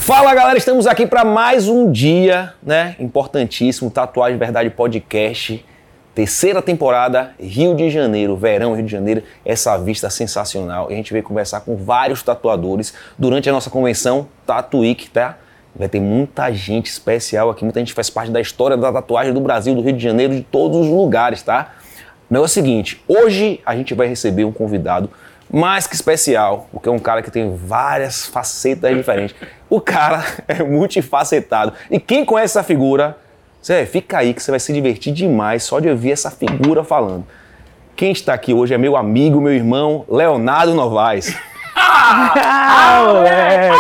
Fala galera, estamos aqui para mais um dia, né? Importantíssimo, Tatuagem Verdade Podcast, terceira temporada, Rio de Janeiro, verão Rio de Janeiro, essa vista sensacional. E a gente veio conversar com vários tatuadores durante a nossa convenção Tattoo Week, tá? Vai ter muita gente especial aqui, muita gente faz parte da história da tatuagem do Brasil, do Rio de Janeiro, de todos os lugares, tá? O negócio é o seguinte, hoje a gente vai receber um convidado mais que especial, porque é um cara que tem várias facetas diferentes. O cara é multifacetado. E quem conhece essa figura, fica aí que você vai se divertir demais só de ouvir essa figura falando. Quem está aqui hoje é meu amigo, meu irmão, Leonardo Novaes. Moleque!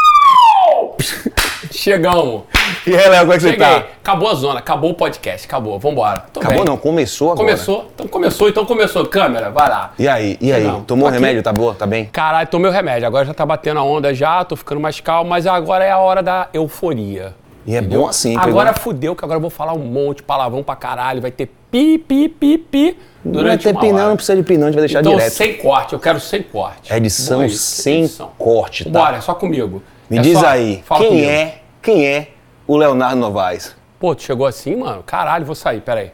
Chegamos. E aí, Léo, como é que você tá? Acabou a zona, acabou o podcast, acabou, vambora. Acabou não, começou agora. Então começou. Câmera, vai lá. E aí? Não, tomou remédio? Tá boa? Tá bem? Caralho, tomei o remédio, agora já tá batendo a onda já, tô ficando mais calmo, mas agora é a hora da euforia. E é bom assim. Agora fudeu, que agora eu vou falar um monte de palavrão pra caralho, vai ter pi durante não vai ter pinão, não precisa de pinão, a gente vai deixar então, direto. Sem corte, eu quero sem corte. Edição sem corte, tá? Bora, é só comigo. Me diz aí, quem é o Leonardo Novaes? Pô, tu chegou assim, mano? Caralho, vou sair, peraí.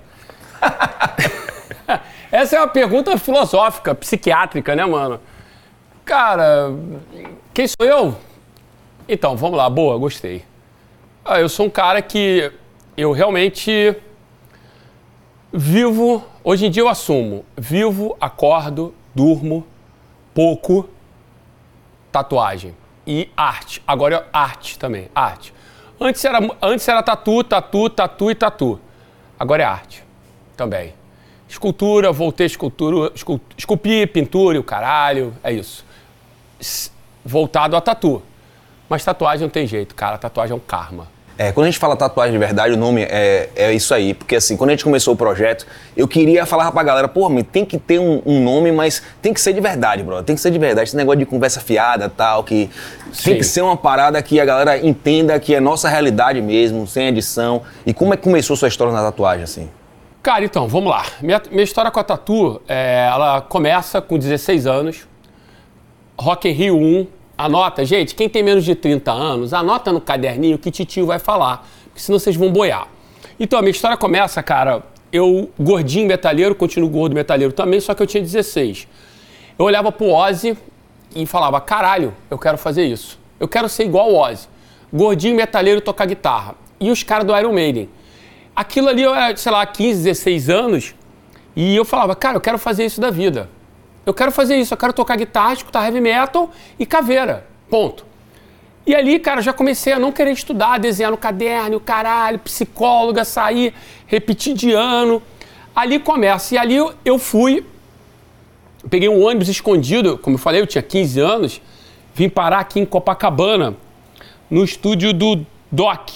Essa é uma pergunta filosófica, psiquiátrica, né, mano? Cara, quem sou eu? Então, vamos lá, boa, gostei. Eu sou um cara que eu realmente vivo, hoje em dia eu assumo, vivo, acordo, durmo, pouco, tatuagem e arte. Agora é arte também, arte. Antes era tatu. Agora é arte também. Escultura, voltei a escultura, esculpi, pintura e o caralho, é isso. Voltado a tatu. Mas tatuagem não tem jeito, cara, tatuagem é um karma. Quando a gente fala tatuagem de verdade, o nome é isso aí. Porque assim, quando a gente começou o projeto, eu queria falar pra galera, pô, tem que ter um nome, mas tem que ser de verdade, brother. Tem que ser de verdade. Esse negócio de conversa fiada e tal, que tem que ser uma parada que a galera entenda que é nossa realidade mesmo, sem edição. E como é que começou sua história na tatuagem, assim? Cara, então, vamos lá. Minha história com a tatu, ela começa com 16 anos, Rock in Rio 1. Anota, gente, quem tem menos de 30 anos, anota no caderninho que titio vai falar, porque senão vocês vão boiar. Então, a minha história começa, cara, eu gordinho metalheiro, continuo gordo metalheiro também, só que eu tinha 16. Eu olhava pro Ozzy e falava, caralho, eu quero fazer isso. Eu quero ser igual o Ozzy. Gordinho metalheiro, tocar guitarra. E os caras do Iron Maiden. Aquilo ali, eu era, sei lá, 15, 16 anos, e eu falava, cara, eu quero fazer isso da vida. Eu quero fazer isso, eu quero tocar guitarra, escutar heavy metal e caveira, ponto. E ali, cara, já comecei a não querer estudar, desenhar no caderno, caralho, psicóloga, sair, repetir de ano. Ali começa, e ali eu fui, peguei um ônibus escondido, como eu falei, eu tinha 15 anos, vim parar aqui em Copacabana, no estúdio do Doc,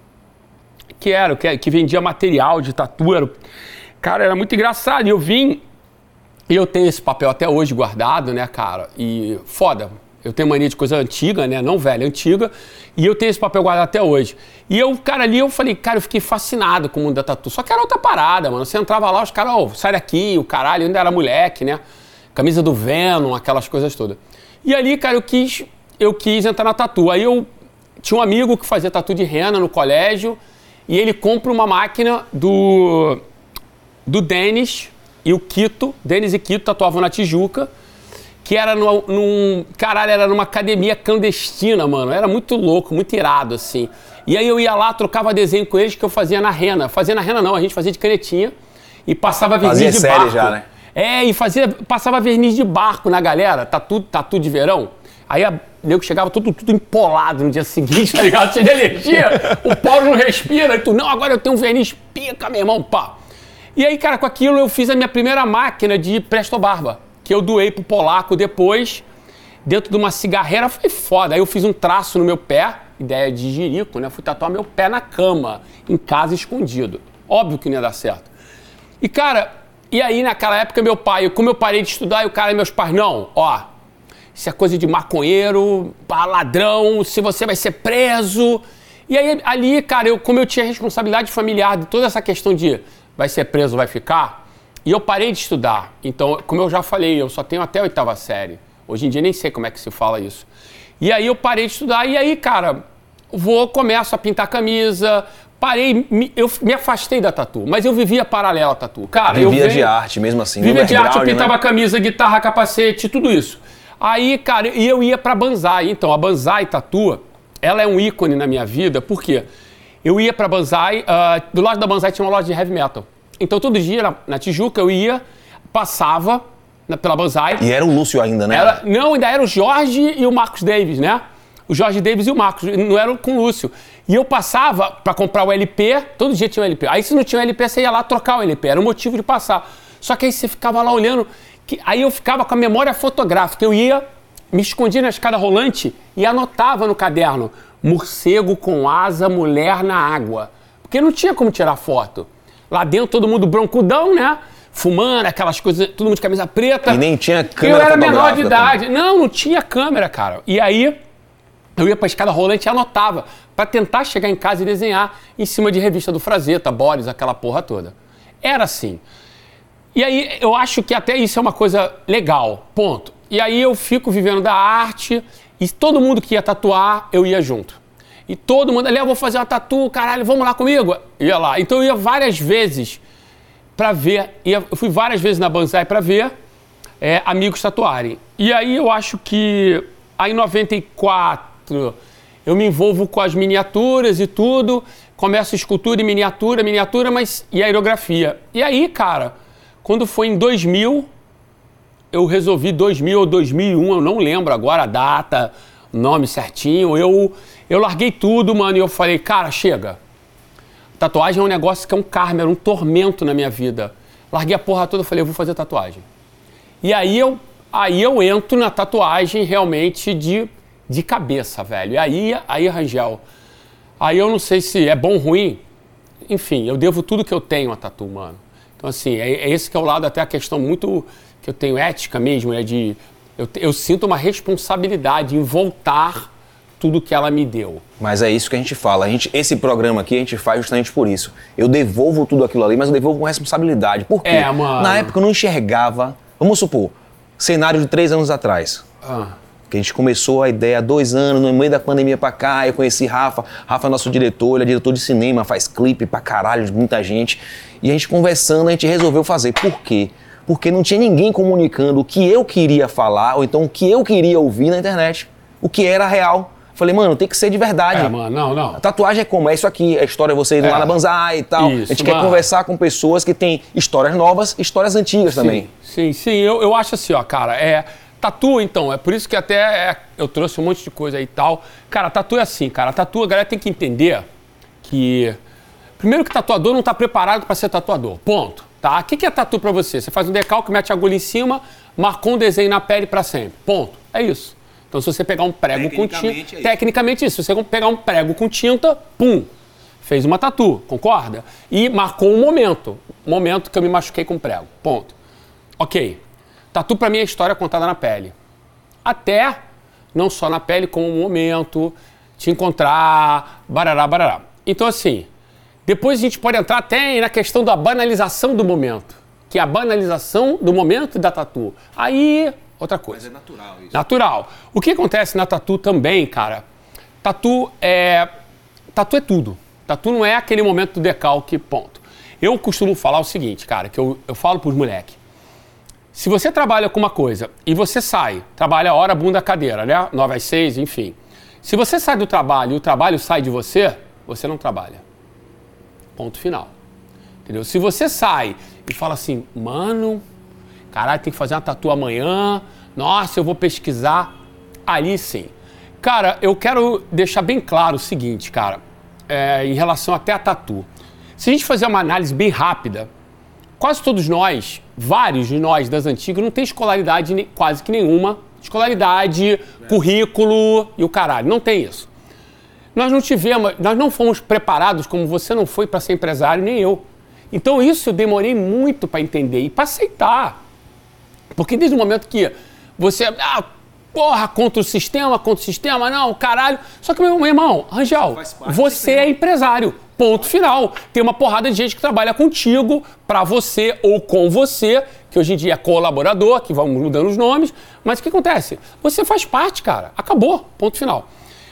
que vendia material de tatu. Cara, era muito engraçado, e eu vim... E eu tenho esse papel até hoje guardado, né, cara? E foda. Eu tenho mania de coisa antiga, né? Não velha, antiga. E eu tenho esse papel guardado até hoje. E eu, cara, ali eu falei, cara, eu fiquei fascinado com o mundo da tatu. Só que era outra parada, mano. Você entrava lá, os caras, sai daqui, o caralho. Eu ainda era moleque, né? Camisa do Venom, aquelas coisas todas. E ali, cara, eu quis entrar na tatu. Aí eu tinha um amigo que fazia tatu de rena no colégio. E ele compra uma máquina do Denis e o Quito, Denis e Quito tatuavam na Tijuca, que era era numa academia clandestina, mano. Era muito louco, muito irado, assim. E aí eu ia lá, trocava desenho com eles que eu fazia na rena. Fazia na rena não, a gente fazia de canetinha e passava verniz de barco. Já, né? Passava verniz de barco na galera, tatu de verão. Aí o nego chegava tudo empolado no dia seguinte, tá ligado? Cheio de energia, o pau não respira, e tu, não, agora eu tenho um verniz pica, meu irmão, pá. E aí, cara, com aquilo eu fiz a minha primeira máquina de Presto Barba, que eu doei pro polaco depois, dentro de uma cigarreira, foi foda. Aí eu fiz um traço no meu pé, ideia de jirico, né? Fui tatuar meu pé na cama, em casa, escondido. Óbvio que não ia dar certo. E, cara, e aí naquela época como eu parei de estudar, meus pais, não, ó, isso é coisa de maconheiro, ladrão, se você vai ser preso. E aí, ali, cara, como eu tinha responsabilidade familiar de toda essa questão de vai ser preso, vai ficar, e eu parei de estudar. Então, como eu já falei, eu só tenho até a 8ª série. Hoje em dia nem sei como é que se fala isso. E aí eu parei de estudar, e aí, cara, começo a pintar camisa, parei, eu me afastei da tatu, mas eu vivia paralela à tatu. Cara, vivia de arte mesmo assim. Vivia de arte, eu pintava camisa, guitarra, capacete, tudo isso. Aí, cara, eu ia pra Banzai. Então, a Banzai Tatu, ela é um ícone na minha vida, por quê? Eu ia pra Banzai, do lado da Banzai tinha uma loja de heavy metal. Então, todo dia, na Tijuca, eu ia, passava pela Banzai. E era o Lúcio ainda, né? Não, ainda era o Jorge e o Marcos Davis, né? O Jorge Davis e o Marcos, não era com o Lúcio. E eu passava pra comprar o LP, todo dia tinha o LP. Aí se não tinha o LP, você ia lá trocar o LP, era o motivo de passar. Só que aí você ficava lá olhando, aí eu ficava com a memória fotográfica, eu ia, me escondia na escada rolante e anotava no caderno, morcego com asa, mulher na água. Porque não tinha como tirar foto. Lá dentro todo mundo broncudão, né? Fumando, aquelas coisas, todo mundo de camisa preta. E nem tinha câmera. Eu era menor de idade. Também. Não tinha câmera, cara. E aí eu ia pra escada rolante e anotava pra tentar chegar em casa e desenhar em cima de revista do Frazetta, Boris, aquela porra toda. Era assim. E aí eu acho que até isso é uma coisa legal, ponto. E aí eu fico vivendo da arte e todo mundo que ia tatuar, eu ia junto. E todo mundo, eu vou fazer uma tatu, caralho, vamos lá comigo? Ia lá. Então eu ia várias vezes pra ver, eu fui várias vezes na Banzai pra ver amigos tatuarem. E aí eu acho que aí em 94 eu me envolvo com as miniaturas e tudo, começo escultura e miniatura, mas e aerografia. E aí, cara, quando foi em 2000, eu resolvi 2000 ou 2001, eu não lembro agora a data, o nome certinho, eu larguei tudo, mano, e eu falei, cara, chega. Tatuagem é um negócio que é um karma, era um tormento na minha vida. Larguei a porra toda, falei, eu vou fazer tatuagem. E aí eu entro na tatuagem realmente de cabeça, velho. E aí, Rangel, aí eu não sei se é bom ou ruim, enfim, eu devo tudo que eu tenho a tatu, mano. Então, assim, é esse que é o lado, até a questão muito que eu tenho ética mesmo, eu sinto uma responsabilidade em voltar tudo que ela me deu. Mas é isso que a gente fala. Esse programa aqui a gente faz justamente por isso. Eu devolvo tudo aquilo ali, mas eu devolvo com responsabilidade. Por quê? Mano. Na época eu não enxergava, vamos supor, cenário de 3 anos atrás. Que a gente começou a ideia há 2 anos, no meio da pandemia pra cá, eu conheci Rafa é nosso diretor, ele é diretor de cinema, faz clipe pra caralho de muita gente. E a gente conversando, a gente resolveu fazer. Por quê? Porque não tinha ninguém comunicando o que eu queria falar, ou então o que eu queria ouvir na internet. O que era real. Falei, mano, tem que ser de verdade. Mano, não. A tatuagem é como? É isso aqui, a história é você ir lá na Banzai e tal. Isso, a gente quer conversar com pessoas que têm histórias novas, histórias antigas também. Sim, eu acho assim, ó, cara, tatu, então, é por isso que até eu trouxe um monte de coisa aí e tal. Cara, tatu é assim, cara, tatu a galera tem que entender que... Primeiro que tatuador não tá preparado pra ser tatuador, ponto, tá? O que é tatu pra você? Você faz um decalque, mete a agulha em cima, marcou um desenho na pele pra sempre, ponto, é isso. Então, se você pegar um prego com tinta... Tecnicamente isso. Se você pegar um prego com tinta, pum, fez uma tatu, concorda? E marcou um momento que eu me machuquei com prego, ponto. Ok. Tatu pra mim é história contada na pele. Até, não só na pele, como um momento, te encontrar, barará. Então, assim, depois a gente pode entrar até na questão da banalização do momento. Que é a banalização do momento da tatu. Aí... outra coisa. Mas é natural isso. Natural. O que acontece na tatu também, cara, tatu é tudo. Tatu não é aquele momento do decalque, ponto. Eu costumo falar o seguinte, cara, que eu falo pros moleques. Se você trabalha com uma coisa e você sai, trabalha hora, bunda, cadeira, né? 9 às 6, enfim. Se você sai do trabalho e o trabalho sai de você, você não trabalha. Ponto final. Entendeu? Se você sai e fala assim, mano... caralho, tem que fazer uma tatu amanhã. Nossa, eu vou pesquisar. Ali sim. Cara, eu quero deixar bem claro o seguinte, cara. Em relação até a tatu. Se a gente fazer uma análise bem rápida, quase todos nós, vários de nós das antigas, não tem escolaridade quase que nenhuma. Escolaridade, currículo e o caralho. Não tem isso. Nós não fomos preparados como você não foi para ser empresário, nem eu. Então isso eu demorei muito para entender e para aceitar. Porque desde o momento que você... contra o sistema, não, caralho. Só que, meu irmão, Rangel, você é empresário. Ponto final. Tem uma porrada de gente que trabalha contigo, pra você ou com você, que hoje em dia é colaborador, que vamos mudando os nomes. Mas o que acontece? Você faz parte, cara. Acabou. Ponto final.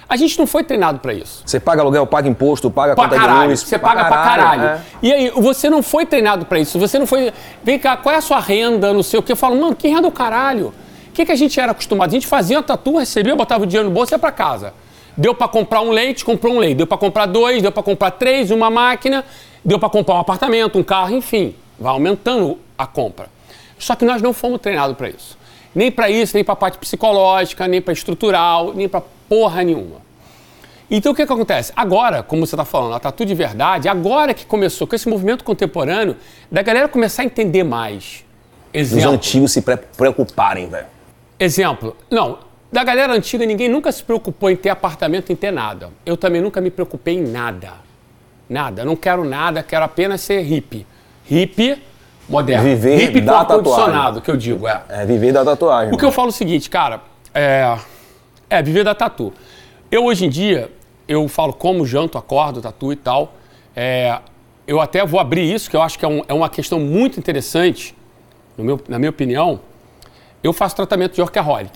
A gente não foi treinado para isso. Você paga aluguel, paga imposto, paga Pra conta caralho, de luz. você paga pra caralho. É. E aí, você não foi treinado pra isso, você não foi... Vem cá, qual é a sua renda, não sei o quê. Eu falo, mano, que renda o caralho? O que a gente era acostumado? A gente fazia uma tatu, recebia, botava o dinheiro no bolso e ia pra casa. Deu pra comprar um leite, comprou um leite. Deu pra comprar 2, deu pra comprar 3, uma máquina. Deu pra comprar um apartamento, um carro, enfim. Vai aumentando a compra. Só que nós não fomos treinados pra isso. Nem pra isso, nem pra parte psicológica, nem pra estrutural, nem pra porra nenhuma. Então o que acontece? Agora, como você está falando, a tatu de verdade, agora que começou com esse movimento contemporâneo, da galera começar a entender mais. Exemplo. Os antigos se preocuparem, velho. Exemplo. Não, da galera antiga ninguém nunca se preocupou em ter apartamento, em ter nada. Eu também nunca me preocupei em nada. Nada. Não quero nada, quero apenas ser hippie. Hippie moderno. Viver hippie da com ar-condicionado, que eu digo. É viver da tatuagem. O que eu falo é o seguinte, cara, viver da tatu. Eu hoje em dia, eu falo como janto, acordo, tatu e tal. Eu até vou abrir isso, que eu acho que é uma questão muito interessante, na minha opinião. Eu faço tratamento de workaholic.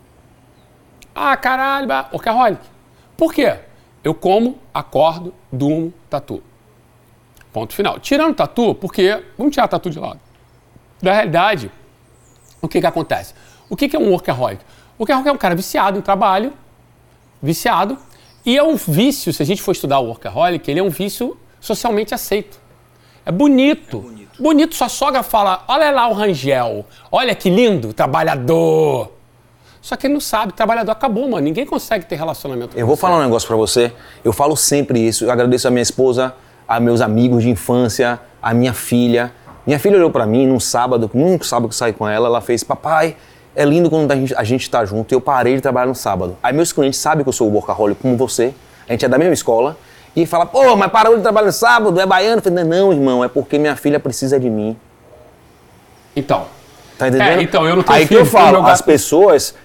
Ah, caralho, workaholic. Por quê? Eu como, acordo, durmo, tatu. Ponto final. Tirando tatu, porque... Vamos tirar tatu de lado. Na realidade, o que acontece? O que é um workaholic? O workaholic é um cara viciado em trabalho, viciado, e é um vício, se a gente for estudar o workaholic, ele é um vício socialmente aceito. É bonito. Bonito, sua sogra fala, olha lá o Rangel, olha que lindo, trabalhador. Só que ele não sabe, trabalhador acabou, mano, ninguém consegue ter relacionamento com Eu vou você. falar um negócio pra você, eu falo sempre isso, eu agradeço a minha esposa, a meus amigos de infância, a minha filha. Minha filha olhou pra mim num sábado, nunca sábado que eu saí com ela, ela fez, papai, é lindo quando a gente tá junto, e eu parei de trabalhar no sábado. Aí meus clientes sabem que eu sou workaholic como você, a gente é da mesma escola, e fala, pô, mas parou de trabalhar no sábado, é baiano? Eu falei, não, irmão, é porque minha filha precisa de mim. Então. Tá entendendo? Então, eu não tenho Aí que filho, eu falo, meu as gato- pessoas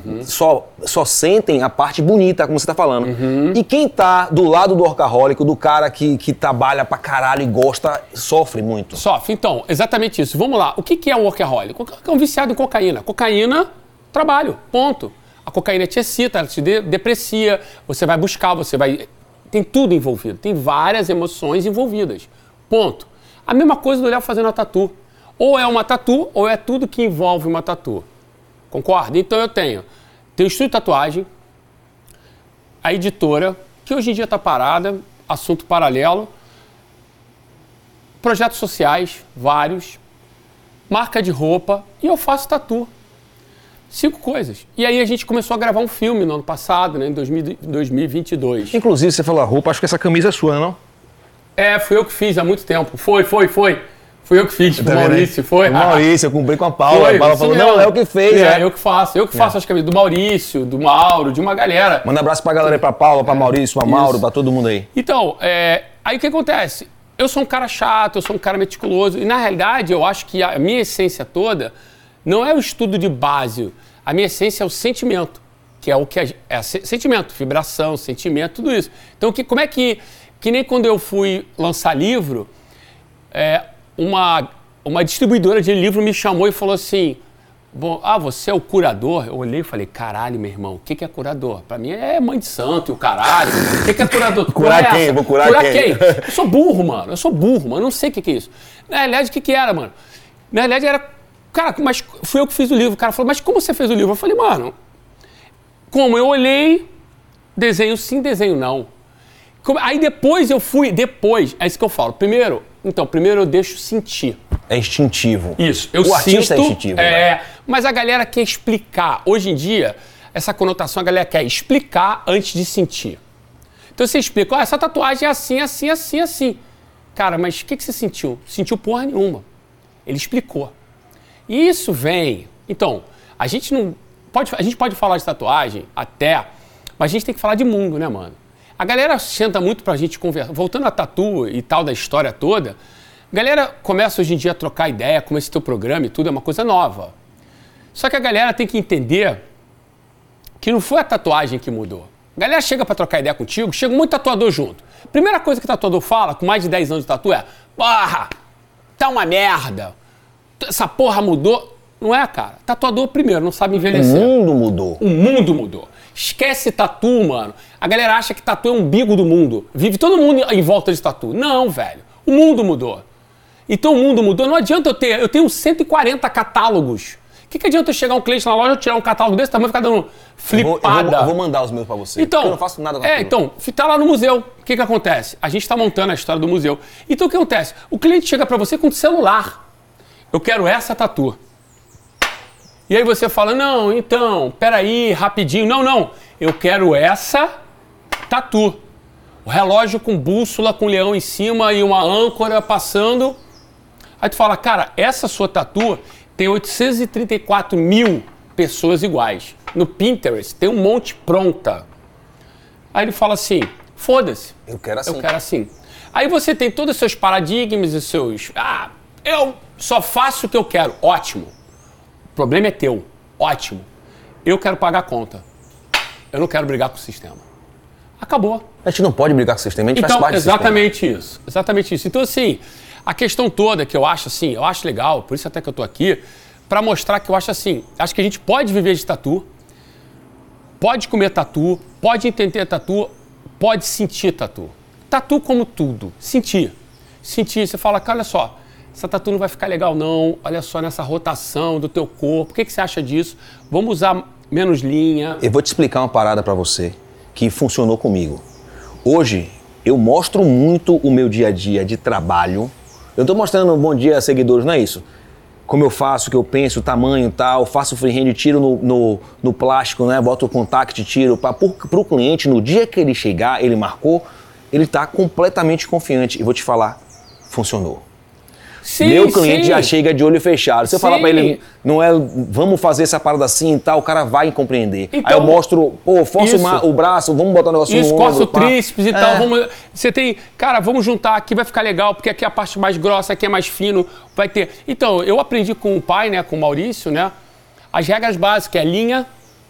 só sentem a parte bonita, como você tá falando. E quem tá do lado do workaholic, do cara que trabalha pra caralho e gosta, sofre muito. Sofre, então, exatamente isso. Vamos lá, o que é um workaholic? O workaholic é um viciado em cocaína. Cocaína, trabalho, ponto. A cocaína te excita, ela te deprecia, você vai buscar, tem tudo envolvido, tem várias emoções envolvidas, ponto. A mesma coisa do Léo fazendo a tatu. Ou é uma tatu, ou é tudo que envolve uma tatu. Concorda? Então eu tenho o estúdio de tatuagem, a editora, que hoje em dia está parada, assunto paralelo, projetos sociais, vários, marca de roupa, e eu faço tatu. 5 coisas. E aí a gente começou a gravar um filme no ano passado, né, em 2022. Inclusive, você falou a roupa, acho que essa camisa é sua, não? Fui eu que fiz há muito tempo. Foi. Fui eu que fiz, Tá o vendo aí? Maurício, foi. O Maurício, eu comprei com a Paula. Foi, A Paula isso falou, mesmo. não, é o que fez, né? Eu que faço as camisas do Maurício, do Mauro, de uma galera. Manda um abraço pra galera aí, pra Paula, pra Maurício, pra Mauro, Isso. pra todo mundo aí. Então, aí o que acontece? Eu sou um cara chato, eu sou um cara meticuloso, e na realidade eu acho que a minha essência toda não é o estudo de base, a minha essência é o sentimento, que é o que sentimento, vibração, sentimento, tudo isso. Então, como é que nem quando eu fui lançar livro, uma distribuidora de livro me chamou e falou assim, você é o curador? Eu olhei e falei, caralho, meu irmão, o que é curador? Pra mim é mãe de santo e o caralho. O que é curador? Curar quem? Vou curar quem? Eu sou burro, mano. Eu não sei o que é isso. Na realidade, o que era, mano? Na realidade era... Cara, mas fui eu que fiz o livro. O cara falou, mas como você fez o livro? Eu falei, mano, como? Eu olhei, desenho sim, desenho não. Aí depois eu fui... é isso que eu falo. Primeiro eu deixo sentir. É instintivo. Isso, eu O artista sinto, é instintivo. Né? Mas a galera quer explicar. Hoje em dia, essa conotação a galera quer explicar antes de sentir. Então você explica, essa tatuagem é assim, assim, assim, assim. Cara, mas o que você sentiu? Sentiu porra nenhuma. Ele explicou. E isso vem... Então, a gente pode falar de tatuagem até, mas a gente tem que falar de mundo, né, mano? A galera senta muito pra gente conversar. Voltando a tatu e tal da história toda, a galera começa hoje em dia a trocar ideia, como esse teu programa e tudo, é uma coisa nova. Só que a galera tem que entender que não foi a tatuagem que mudou. A galera chega pra trocar ideia contigo, chega muito tatuador junto. Primeira coisa que o tatuador fala, com mais de 10 anos de tatu, é porra, tá uma merda, essa porra mudou. Não é, cara? Tatuador, primeiro, não sabe envelhecer. O mundo mudou. O mundo mudou. Esquece tatu, mano. A galera acha que tatu é um umbigo do mundo. Vive todo mundo em volta de tatu. Não, velho. O mundo mudou. Então o mundo mudou. Não adianta eu tenho 140 catálogos. O que adianta eu chegar um cliente na loja, eu tirar um catálogo desse tamanho e ficar dando flipada? Eu vou mandar os meus pra você. Então, eu não faço nada com aquilo. Então, tá lá no museu. O que acontece? A gente tá montando a história do museu. Então o que acontece? O cliente chega pra você com o celular. Eu quero essa tatu. E aí você fala, não, então, peraí, rapidinho. Não, eu quero essa tatu. O relógio com bússola, com leão em cima e uma âncora passando. Aí tu fala, cara, essa sua tatu tem 834 mil pessoas iguais. No Pinterest tem um monte pronta. Aí ele fala assim, foda-se. Eu quero assim. Eu quero assim. Aí você tem todos os seus paradigmas e seus... eu só faço o que eu quero. Ótimo. O problema é teu. Ótimo. Eu quero pagar a conta. Eu não quero brigar com o sistema. Acabou. A gente não pode brigar com o sistema, a gente então, faz parte do sistema. Exatamente isso. Então, assim, a questão toda que eu acho legal, por isso até que eu tô aqui, para mostrar que eu acho assim, acho que a gente pode viver de tatu, pode comer tatu, pode entender tatu, pode sentir tatu. Tatu como tudo. Sentir. Você fala, cara, olha só, essa tatu não vai ficar legal não, olha só nessa rotação do teu corpo, o que você acha disso? Vamos usar menos linha. Eu vou te explicar uma parada pra você que funcionou comigo. Hoje, eu mostro muito o meu dia a dia de trabalho. Eu tô mostrando um bom dia a seguidores, não é isso? Como eu faço, o que eu penso, o tamanho e tal, faço freehand, tiro no plástico, né? Boto o contact, tiro pro cliente, no dia que ele chegar, ele marcou, ele tá completamente confiante. E vou te falar, funcionou. Sim, meu cliente já chega de olho fechado. Se eu falar pra ele, não é, vamos fazer essa parada assim e tal, o cara vai compreender. Então, aí eu mostro, força o braço, vamos botar o negócio no ombro. Coça o tríceps e tal. Você tem, cara, vamos juntar aqui, vai ficar legal, porque aqui é a parte mais grossa, aqui é mais fino, vai ter. Então, eu aprendi com o pai, né, com o Maurício, né, as regras básicas, é linha,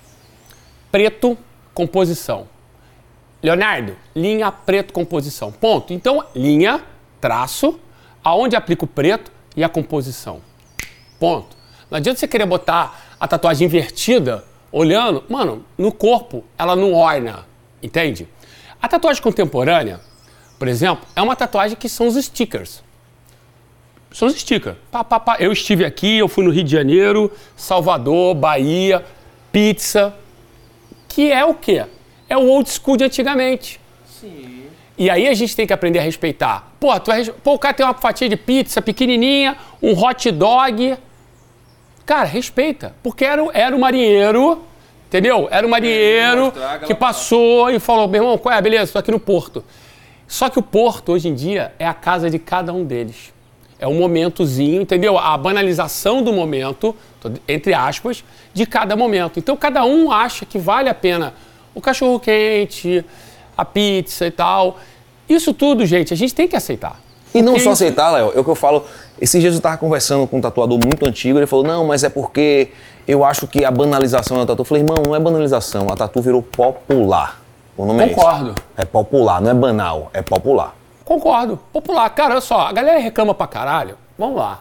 preto, composição. Leonardo, linha, preto, composição. Ponto. Então, linha, traço, aonde aplica o preto e a composição. Ponto. Não adianta você querer botar a tatuagem invertida, olhando, mano, no corpo ela não orna, entende? A tatuagem contemporânea, por exemplo, é uma tatuagem que são os stickers. São os stickers. Eu estive aqui, eu fui no Rio de Janeiro, Salvador, Bahia, pizza, que é o quê? É o old school de antigamente. Sim. E aí a gente tem que aprender a respeitar. Pô, o cara tem uma fatia de pizza pequenininha, um hot dog. Cara, respeita. Porque era o marinheiro, entendeu? Era o marinheiro que passou e falou, meu irmão, qual é? Beleza, estou aqui no porto. Só que o porto, hoje em dia, é a casa de cada um deles. É um momentozinho, entendeu? A banalização do momento, entre aspas, de cada momento. Então, cada um acha que vale a pena o cachorro-quente, a pizza e tal. Isso tudo, gente, a gente tem que aceitar. E não só aceitar, Léo, é o que eu falo. Esses dias eu tava conversando com um tatuador muito antigo, ele falou, não, mas é porque eu acho que a banalização da tatu. Eu falei, irmão, não é banalização, a tatu virou popular. O nome Concordo. É popular, não é banal, é popular. Concordo, popular. Cara, olha só, a galera reclama pra caralho. Vamos lá.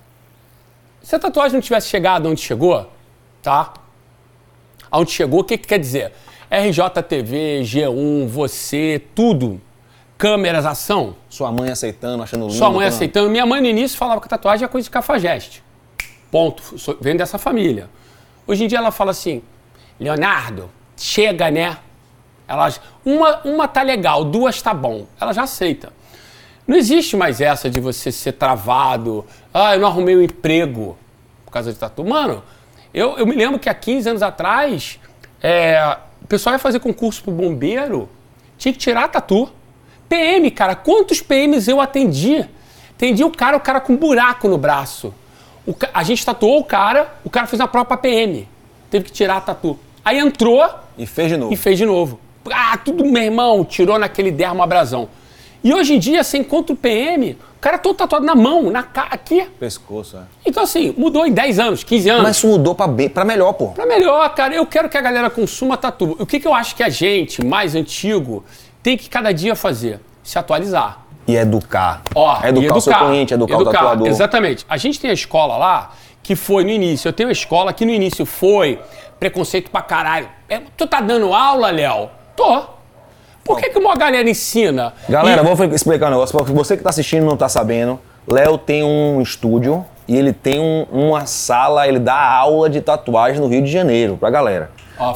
Se a tatuagem não tivesse chegado onde chegou, tá? Aonde chegou, o que quer dizer? RJTV, G1, você, tudo. Câmeras, ação. Sua mãe aceitando, achando lindo. Sua mãe aceitando. Minha mãe no início falava que a tatuagem é coisa de cafajeste. Ponto. Vem dessa família. Hoje em dia ela fala assim, Leonardo, chega, né? Uma tá legal, duas tá bom. Ela já aceita. Não existe mais essa de você ser travado. Eu não arrumei um emprego por causa de tatu. Mano, eu me lembro que há 15 anos atrás, o pessoal ia fazer concurso pro bombeiro, tinha que tirar a tatu. PM, cara, quantos PMs eu atendi? Atendi o cara com buraco no braço. A gente tatuou o cara fez uma prova pra PM. Teve que tirar a tatu. Aí entrou... E fez de novo. Tudo, meu irmão, tirou naquele dermoabrasão. E hoje em dia, você encontra o PM, o cara todo tatuado na mão, aqui. Pescoço, Então assim, mudou em 10 anos, 15 anos. Mas isso mudou pra melhor, pô. Pra melhor, cara. Eu quero que a galera consuma tatu. O que eu acho que a gente, mais antigo, tem que cada dia fazer? Se atualizar. E educar. Educar o seu cliente, educar o tatuador. Exatamente. A gente tem a escola lá que foi no início. Eu tenho uma escola que no início foi preconceito pra caralho. Tu tá dando aula, Léo? Tô. Por que uma galera ensina? Galera, vou explicar um negócio. Pra você que tá assistindo e não tá sabendo, Léo tem um estúdio e ele tem uma sala, ele dá aula de tatuagem no Rio de Janeiro pra galera.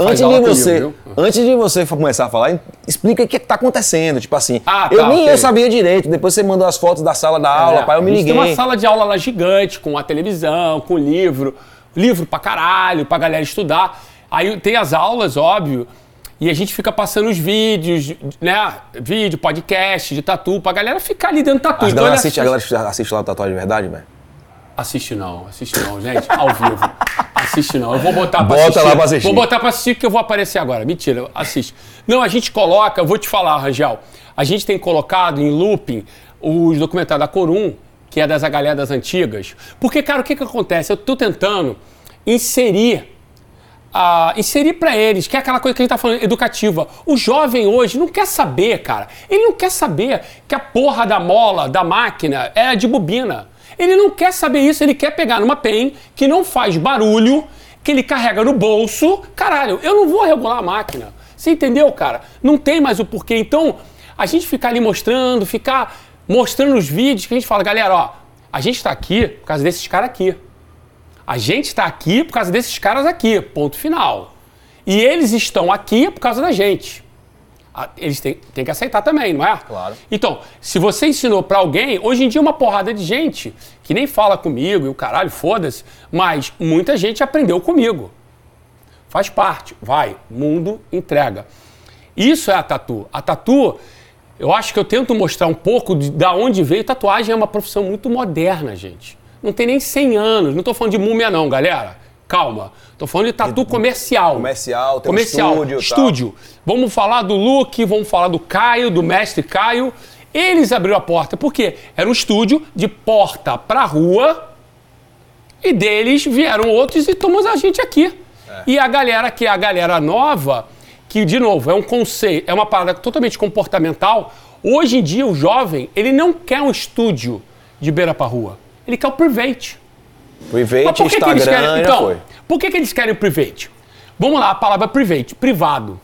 Antes de você começar a falar, explica o que tá acontecendo. Tipo assim, eu sabia direito. Depois você mandou as fotos da sala da aula, pai, eu me liguei. Tem uma sala de aula lá gigante, com a televisão, com livro pra caralho, pra galera estudar. Aí tem as aulas, óbvio, e a gente fica passando os vídeos, né? Vídeo, podcast de tatu, pra galera ficar ali dentro do tatu. A galera assiste lá o Tatuagem de Verdade, velho? Assiste não, gente, ao vivo. Assiste não, eu vou botar pra assistir. Bota lá pra assistir. Vou botar pra assistir porque eu vou aparecer agora. Mentira, assiste. Não, a gente coloca, eu vou te falar, Rangel, a gente tem colocado em looping os documentários da Corum, que é das galera das antigas. Porque, cara, o que acontece? Eu tô tentando inserir pra eles, que é aquela coisa que a gente tá falando, educativa. O jovem hoje não quer saber, cara. Ele não quer saber que a porra da mola, da máquina, é de bobina. Ele não quer saber isso, ele quer pegar numa pen que não faz barulho, que ele carrega no bolso. Caralho, eu não vou regular a máquina. Você entendeu, cara? Não tem mais o porquê. Então, a gente ficar ali mostrando os vídeos que a gente fala, galera, ó, a gente tá aqui por causa desses caras aqui. A gente tá aqui por causa desses caras aqui, ponto final. E eles estão aqui por causa da gente. Eles têm que aceitar também, não é? Claro. Então, se você ensinou pra alguém, hoje em dia uma porrada de gente que nem fala comigo e o caralho, foda-se, mas muita gente aprendeu comigo. Faz parte. Vai, mundo entrega. Isso é a tatu. A tatu, eu acho que eu tento mostrar um pouco da onde veio. Tatuagem é uma profissão muito moderna, gente. Não tem nem 100 anos. Não tô falando de múmia não, galera. Calma. Tô falando de tatu comercial. Tem um estúdio. Vamos falar do Luke, vamos falar do Caio, do mestre Caio. Eles abriram a porta. Por quê? Era um estúdio de porta pra rua e deles vieram outros e tomamos a gente aqui. E a galera que é a galera nova, que, de novo, é um conceito, é uma parada totalmente comportamental. Hoje em dia, o jovem, ele não quer um estúdio de beira pra rua. Ele quer o private. Private, Instagram, então, foi. Por que eles querem o private? Vamos lá, a palavra private, privado.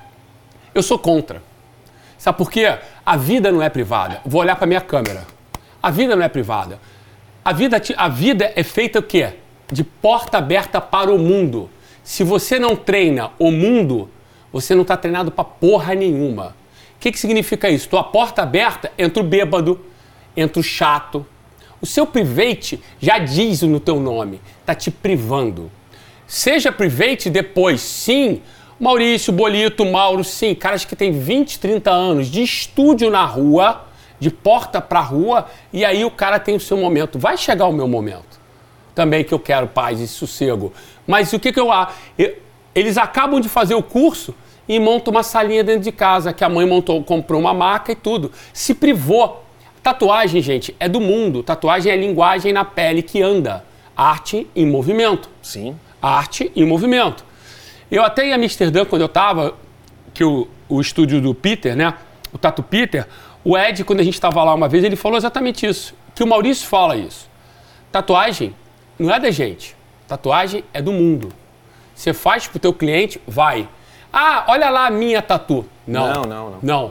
Eu sou contra. Sabe por quê? A vida não é privada. Vou olhar para minha câmera. A vida não é privada. A vida é feita o quê? De porta aberta para o mundo. Se você não treina o mundo, você não está treinado para porra nenhuma. O que significa isso? Tua porta aberta, entra o bêbado, entra o chato. O seu private já diz no teu nome, tá te privando. Seja private depois, sim. Maurício, Bolito, Mauro, sim. Caras que têm 20, 30 anos de estúdio na rua, de porta pra rua, e aí o cara tem o seu momento. Vai chegar o meu momento. Também que eu quero paz e sossego. Mas o que eu acho? Eles acabam de fazer o curso e montam uma salinha dentro de casa, que a mãe comprou uma maca e tudo. Se privou. Tatuagem, gente, é do mundo. Tatuagem é linguagem na pele que anda. Arte em movimento. Sim. Arte em movimento. Eu até em Amsterdã, quando eu tava, que o estúdio do Peter, né? O Tatu Peter, o Ed, quando a gente tava lá uma vez, ele falou exatamente isso. Que o Maurício fala isso. Tatuagem não é da gente. Tatuagem é do mundo. Você faz pro teu cliente, vai. Ah, olha lá a minha tatu. Não.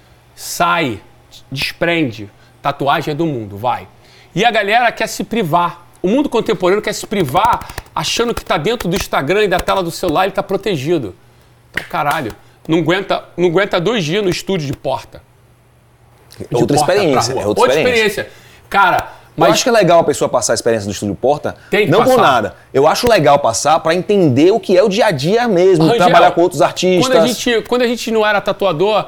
Sai. Desprende. Tatuagem é do mundo, vai. E a galera quer se privar. O mundo contemporâneo quer se privar achando que tá dentro do Instagram e da tela do celular ele tá protegido. Então, caralho, não aguenta 2 dias no estúdio de porta. Outra experiência. Outra experiência. Cara, mas... Eu acho que é legal a pessoa passar a experiência do estúdio Porta, não passar. por nada. Eu acho legal passar para entender o que é o dia a dia mesmo, Rangel, trabalhar com outros artistas. Quando a gente não era tatuador,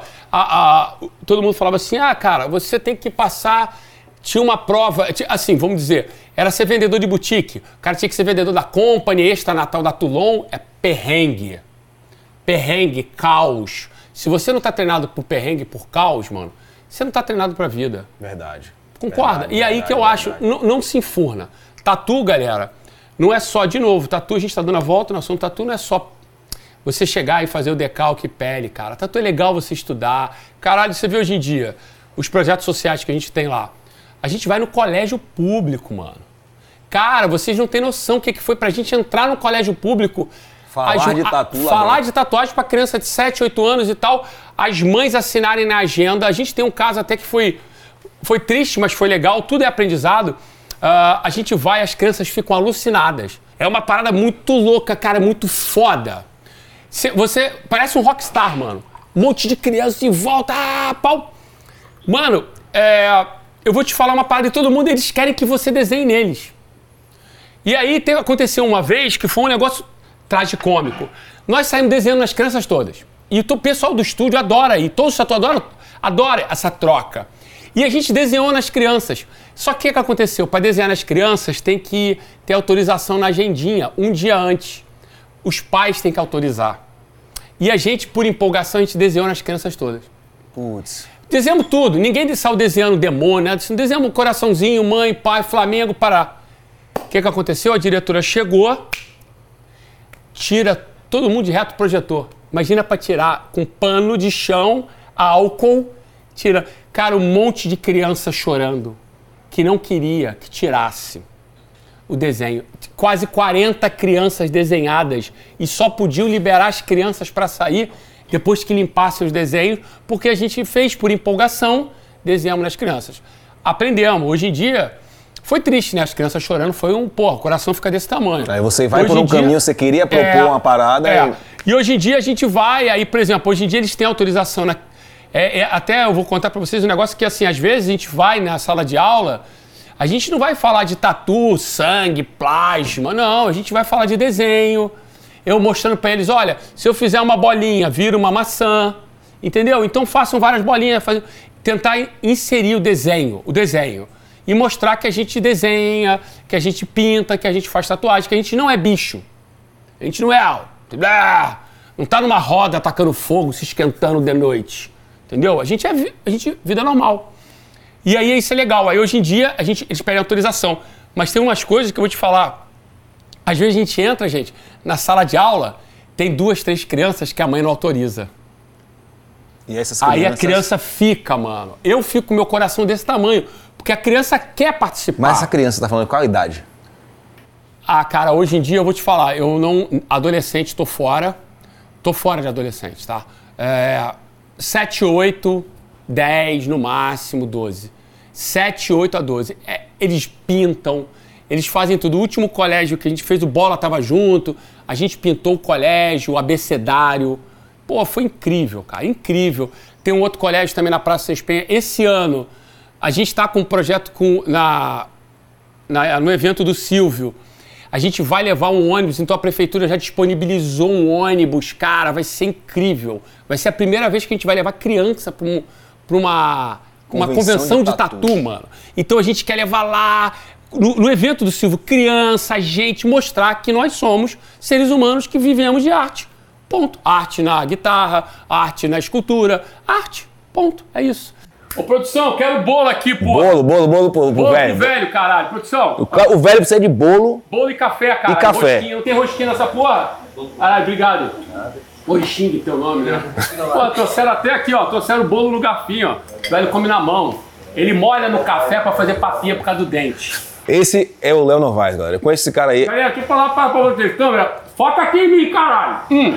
todo mundo falava assim, cara, você tem que passar... Tinha uma prova, assim, vamos dizer, era ser vendedor de boutique. O cara tinha que ser vendedor da Company, Extra Natal da Toulon. É perrengue. Perrengue, caos. Se você não tá treinado por perrengue, por caos, mano, você não tá treinado pra vida. Verdade. Concorda? Verdade, e aí que eu acho, não se enfurna. Tatu, galera, não é só, de novo, tatu, a gente tá dando a volta no assunto, tatu não é só você chegar e fazer o decalque pele, cara. Tatu é legal você estudar. Caralho, você vê hoje em dia os projetos sociais que a gente tem lá. A gente vai no colégio público, mano. Cara, vocês não têm noção o que foi pra gente entrar no colégio público. Falar de tatuagem pra criança de 7, 8 anos e tal. As mães assinarem na agenda. A gente tem um caso até que foi triste, mas foi legal. Tudo é aprendizado. A gente vai, as crianças ficam alucinadas. É uma parada muito louca, cara, muito foda. Você parece um rockstar, mano. Um monte de criança em volta, pau. Mano, eu vou te falar uma parada e todo mundo, eles querem que você desenhe neles. E aí aconteceu uma vez que foi um negócio tragicômico. Nós saímos desenhando nas crianças todas. E o pessoal do estúdio adora, e todos os tatuadores adoram essa troca. E a gente desenhou nas crianças. Só que o que aconteceu? Para desenhar nas crianças tem que ter autorização na agendinha, um dia antes. Os pais têm que autorizar. E a gente, por empolgação, a gente desenhou nas crianças todas. Putz. Desenhamos tudo. Ninguém saiu desenhando demônio, né? Desenhamos coraçãozinho, mãe, pai, Flamengo, Pará. O que aconteceu? A diretora chegou, tira todo mundo de reto projetor. Imagina para tirar com pano de chão, álcool, tira. Cara, um monte de criança chorando, que não queria que tirasse o desenho. Quase 40 crianças desenhadas e só podiam liberar as crianças para sair depois que limpassem os desenhos, porque a gente fez por empolgação, desenhamos nas crianças. Aprendemos. Hoje em dia, foi triste, né? As crianças chorando, foi o coração fica desse tamanho. Aí você vai por um caminho, você queria propor uma parada. E hoje em dia a gente vai, aí, por exemplo, hoje em dia eles têm autorização na... até eu vou contar pra vocês um negócio que, assim, às vezes a gente vai na sala de aula, a gente não vai falar de tatu, sangue, plasma, não, a gente vai falar de desenho. Eu mostrando pra eles, olha, se eu fizer uma bolinha, vira uma maçã, entendeu? Então façam várias bolinhas, tentar inserir o desenho e mostrar que a gente desenha, que a gente pinta, que a gente faz tatuagem, que a gente não é bicho, a gente não é não tá numa roda atacando fogo, se esquentando de noite. Entendeu? A gente vida normal. E aí isso é legal. Aí hoje em dia eles pedem autorização. Mas tem umas coisas que eu vou te falar. Às vezes a gente entra, gente, na sala de aula, tem 2, 3 crianças que a mãe não autoriza. E essas crianças... Aí a criança fica, mano. Eu fico com meu coração desse tamanho, porque a criança quer participar. Mas essa criança tá falando qual idade? Cara, hoje em dia eu vou te falar, eu não... Adolescente, tô fora de adolescente, tá? 7, 8, 10, no máximo 12. 7, 8 a 12. Eles pintam, eles fazem tudo. O último colégio que a gente fez, o Bola tava junto, a gente pintou o colégio, o abecedário. Pô, foi incrível, cara, incrível. Tem um outro colégio também na Praça Espenha. Esse ano, a gente tá com um projeto no evento do Silvio. A gente vai levar um ônibus, então a prefeitura já disponibilizou um ônibus, cara, vai ser incrível. Vai ser a primeira vez que a gente vai levar criança para uma convenção de tatu, mano. Então a gente quer levar lá, no evento do Silvio, criança, gente, mostrar que nós somos seres humanos que vivemos de arte. Ponto. Arte na guitarra, arte na escultura, arte. Ponto. É isso. Ô, produção, quero bolo aqui, pô. Bolo pro velho. Bolo pro velho, caralho. Produção. O velho precisa de bolo. Bolo e café, cara. E café. Rosquinha. Não tem rosquinha nessa porra? Caralho, obrigado. Oi, xingue teu nome, né? Pô, trouxeram até aqui, ó. Trouxeram o bolo no garfinho, ó. O velho come na mão. Ele molha no café pra fazer papinha por causa do dente. Esse é o Léo Novaes, galera. Eu conheço esse cara aí. Galera, aqui falar pra vocês, câmera. Foca aqui em mim, caralho.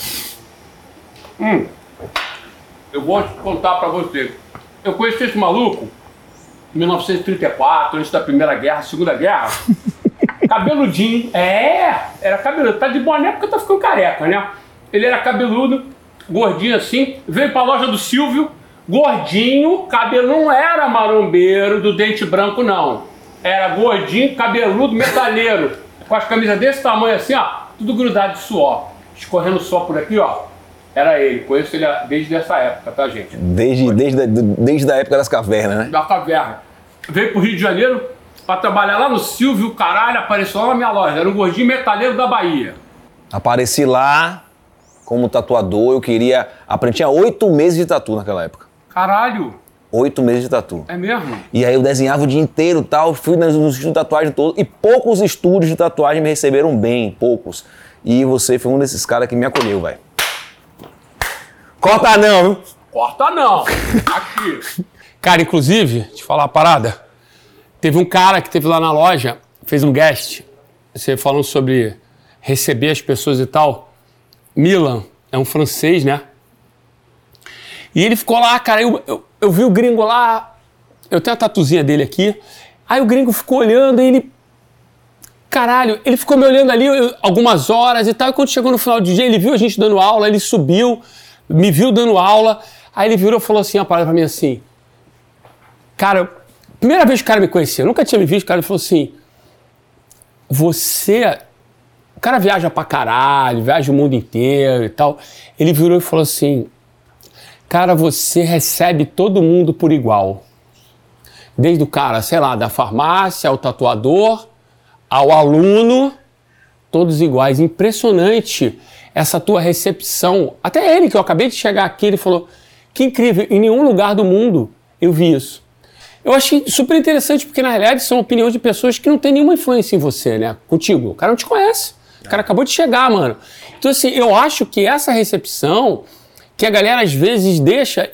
Eu vou te contar pra vocês. Eu conheci esse maluco em 1934, antes da Primeira Guerra, Segunda Guerra. Cabeludinho. Era cabeludo. Tá de boné porque tá ficando careca, né? Ele era cabeludo, gordinho assim. Veio pra loja do Silvio, gordinho, cabelo não era marombeiro do dente branco, não. Era gordinho, cabeludo, metaleiro. Com as camisas desse tamanho assim, ó. Tudo grudado de suor. Escorrendo suor por aqui, ó. Era ele, conheço ele desde essa época, tá, gente? Desde a época das cavernas, né? Da caverna. Veio pro Rio de Janeiro pra trabalhar lá no Silvio, caralho, apareceu lá na minha loja. Era um gordinho metaleiro da Bahia. Apareci lá como tatuador, eu queria... Aprendi, tinha 8 meses de tatu naquela época. Caralho! 8 meses de tatu. É mesmo? E aí eu desenhava o dia inteiro e tal, fui nos estúdios de tatuagem todos, e poucos estúdios de tatuagem me receberam bem, poucos. E você foi um desses caras que me acolheu, velho. Corta não, viu? Corta não. Aqui. Cara, inclusive, te falar uma parada. Teve um cara que teve lá na loja, fez um guest, você falando sobre receber as pessoas e tal. Milan é um francês, né? E ele ficou lá, cara, eu vi o gringo lá, eu tenho a tatuzinha dele aqui, aí o gringo ficou olhando e ele... Caralho, ele ficou me olhando ali algumas horas e tal, e quando chegou no final do dia, ele viu a gente dando aula, ele subiu, me viu dando aula, aí ele virou e falou assim, uma parada pra mim assim, cara, primeira vez que o cara me conhecia, eu nunca tinha me visto, o cara falou assim, você... O cara viaja pra caralho, viaja o mundo inteiro e tal, ele virou e falou assim, cara, você recebe todo mundo por igual, desde o cara, sei lá, da farmácia, ao tatuador, ao aluno, todos iguais. Impressionante essa tua recepção. Até ele, que eu acabei de chegar aqui, ele falou, que incrível, em nenhum lugar do mundo eu vi isso. Eu achei super interessante, porque na realidade são opiniões de pessoas que não têm nenhuma influência em você, né? Contigo. O cara não te conhece. O cara acabou de chegar, mano. Então assim, eu acho que essa recepção, que a galera às vezes deixa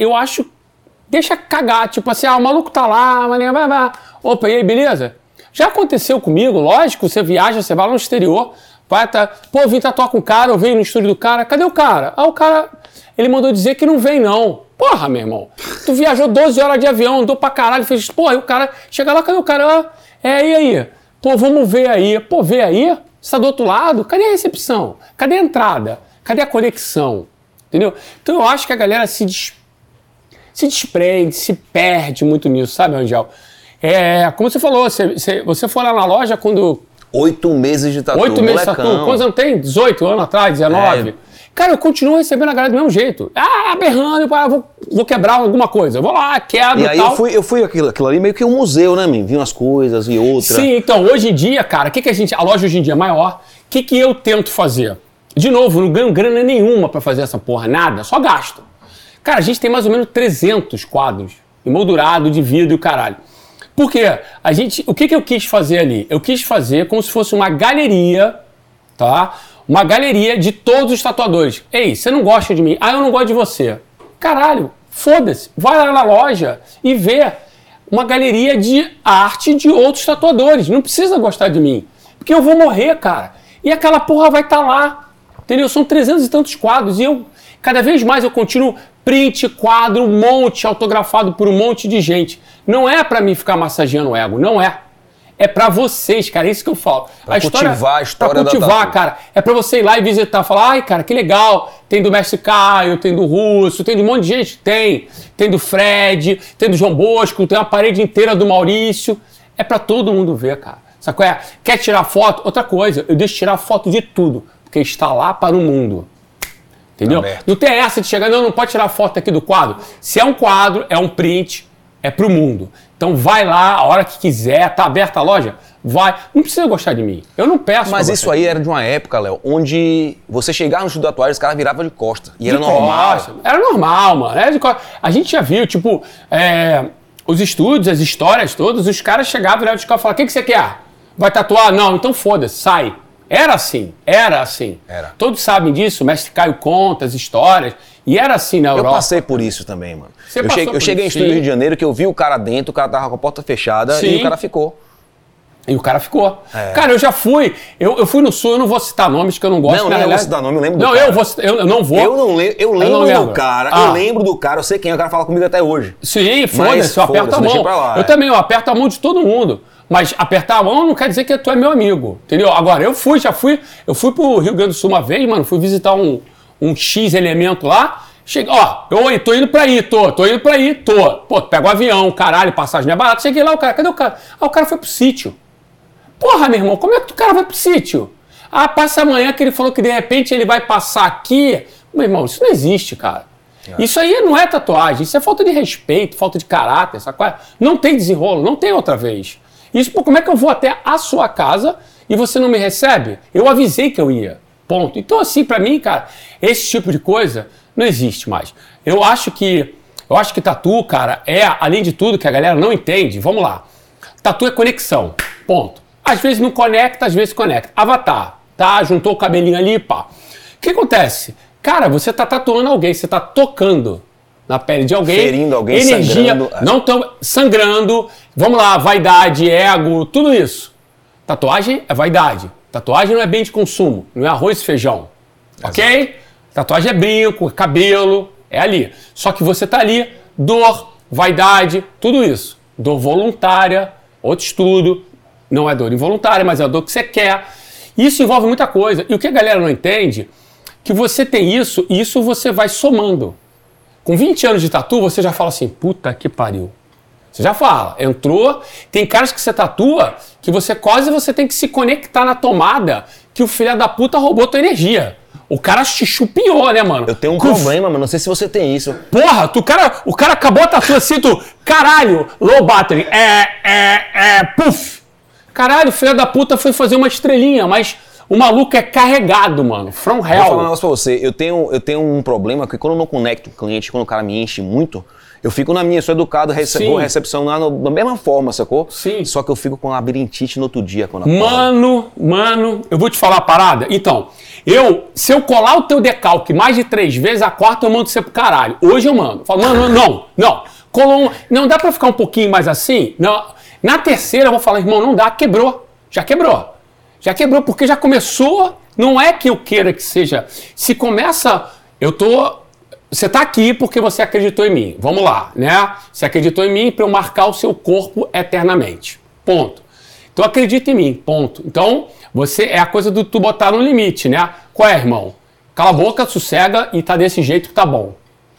cagar. Tipo assim, o maluco tá lá, vai. Opa, e aí, beleza? Já aconteceu comigo, lógico, você viaja, você vai lá no exterior, pô, vim tatuar com o cara, eu venho no estúdio do cara, cadê o cara? O cara, ele mandou dizer que não vem não. Porra, meu irmão, tu viajou 12 horas de avião, andou pra caralho, fez, porra, e o cara, chega lá, cadê o cara? E aí? Pô, vamos ver aí. Pô, vê aí? Você tá do outro lado? Cadê a recepção? Cadê a entrada? Cadê a conexão? Entendeu? Então eu acho que a galera se desprende, se perde muito nisso, sabe, Rangel? Como você falou, você foi lá na loja quando... 8 meses de tatu, 8 meses de tatu. Quantos anos tem? 18 anos atrás, 19? Cara, eu continuo recebendo a galera do mesmo jeito. Berrando, vou quebrar alguma coisa. Eu vou lá, quebro e tal. E aí eu fui aquilo ali meio que um museu, né, mim? Vi umas coisas e outras. Sim, então, hoje em dia, cara, a loja hoje em dia é maior. O que eu tento fazer? De novo, não ganho grana nenhuma pra fazer essa porra, nada, só gasto. Cara, a gente tem mais ou menos 300 quadros, emoldurado de vidro e o caralho. Por quê? O que eu quis fazer ali? Eu quis fazer como se fosse uma galeria, tá? Uma galeria de todos os tatuadores. Ei, você não gosta de mim? Eu não gosto de você. Caralho, foda-se. Vai lá na loja e vê uma galeria de arte de outros tatuadores. Não precisa gostar de mim. Porque eu vou morrer, cara. E aquela porra vai estar lá. Entendeu? São 300 e tantos quadros. E cada vez mais eu continuo print, quadro, um monte, autografado por um monte de gente. Não é pra mim ficar massageando o ego, não é. É pra vocês, cara, é isso que eu falo. Cultivar a história pra cultivar, cara. É pra você ir lá e visitar, falar, ai, cara, que legal. Tem do Mestre Caio, tem do Russo, tem de um monte de gente. Tem do Fred, tem do João Bosco, tem uma parede inteira do Maurício. É pra todo mundo ver, cara. Sabe qual é? Quer tirar foto? Outra coisa, eu deixo tirar foto de tudo, porque está lá para o mundo. Entendeu? Não tem essa de chegar, não pode tirar foto aqui do quadro. Se é um quadro, é um print, é pro mundo. Então vai lá, a hora que quiser, tá aberta a loja, vai. Não precisa gostar de mim. Eu não peço. Mas isso aí era de uma época, Léo, onde você chegava no estúdio da tatuagem, os caras viravam de costa. E era normal. Era normal, mano. A gente já viu, tipo, os estúdios, as histórias todas, os caras chegavam, viravam de costa e falavam, o que você quer? Vai tatuar? Não, então foda-se, sai. Era assim. Todos sabem disso, o Mestre Caio conta as histórias, e era assim na Europa. Eu passei por isso também, mano. Eu cheguei em estúdio do Rio de Janeiro, que eu vi o cara dentro, o cara tava com a porta fechada, e o cara ficou. Cara, eu já fui, eu fui no Sul, eu não vou citar nomes, que eu não gosto. Não vou citar nome, eu lembro do cara. Eu não vou. Eu lembro do cara, eu lembro do cara, eu sei quem é, o cara fala comigo até hoje. Sim, foda-se, eu aperto a mão. Eu também, eu aperto a mão de todo mundo. Mas apertar a mão não quer dizer que tu é meu amigo, entendeu? Agora, eu fui pro Rio Grande do Sul uma vez, mano, fui visitar um X elemento lá, cheguei, tô indo pra aí, tô indo pra aí, tô. Pô, pega o avião, caralho, passagem não é barato, cheguei lá, o cara, cadê o cara? O cara foi pro sítio. Porra, meu irmão, como é que o cara vai pro sítio? Passa amanhã que ele falou que de repente ele vai passar aqui. Meu irmão, isso não existe, cara. Isso aí não é tatuagem, isso é falta de respeito, falta de caráter, sabe? Não tem desenrolo, não tem outra vez. Isso, pô, como é que eu vou até a sua casa e você não me recebe? Eu avisei que eu ia, ponto. Então assim, pra mim, cara, esse tipo de coisa não existe mais. Eu acho que tatu, cara, além de tudo que a galera não entende, vamos lá. Tatu é conexão, ponto. Às vezes não conecta, às vezes conecta. Avatar, tá? Juntou o cabelinho ali, pá. O que acontece? Cara, você tá tatuando alguém, você tá tocando na pele de alguém. Ferindo alguém, energia, sangrando. Não tão sangrando. Vamos lá, vaidade, ego, tudo isso. Tatuagem é vaidade. Tatuagem não é bem de consumo, não é arroz e feijão. Exato. Ok? Tatuagem é brinco, é cabelo, é ali. Só que você tá ali, dor, vaidade, tudo isso. Dor voluntária, outro estudo. Não é dor involuntária, mas é a dor que você quer. Isso envolve muita coisa. E o que a galera não entende, que você tem isso e isso você vai somando. Com 20 anos de tatu, você já fala assim, puta que pariu. Você já fala, entrou, tem caras que você tatua que você tem que se conectar na tomada que o filho da puta roubou tua energia. O cara te chupinhou, né, mano? Eu tenho um problema, mano, não sei se você tem isso. Porra, o cara acabou a tatu assim, caralho, low battery, puff. Caralho, o filho da puta foi fazer uma estrelinha, mas o maluco é carregado, mano, from hell. Vou falar um negócio pra você, eu tenho um problema que quando eu não conecto com o cliente, quando o cara me enche muito, eu fico na minha, sou educado, vou recepcionar da mesma forma, sacou? Sim. Só que eu fico com labirintite no outro dia. Quando Mano, eu vou te falar a parada. Então, se eu colar o teu decalque mais de 3 vezes, a quarta eu mando você pro caralho. Hoje eu mando. Falo, não. Colou não dá pra ficar um pouquinho mais assim? Não. Na terceira eu vou falar, irmão, não dá, quebrou. Já quebrou, porque já começou, não é que eu queira que seja. Se começa, você tá aqui porque você acreditou em mim. Vamos lá, né? Você acreditou em mim para eu marcar o seu corpo eternamente. Ponto. Então acredita em mim, ponto. Então, é a coisa do tu botar no limite, né? Qual é, irmão? Cala a boca, sossega e tá desse jeito que tá bom.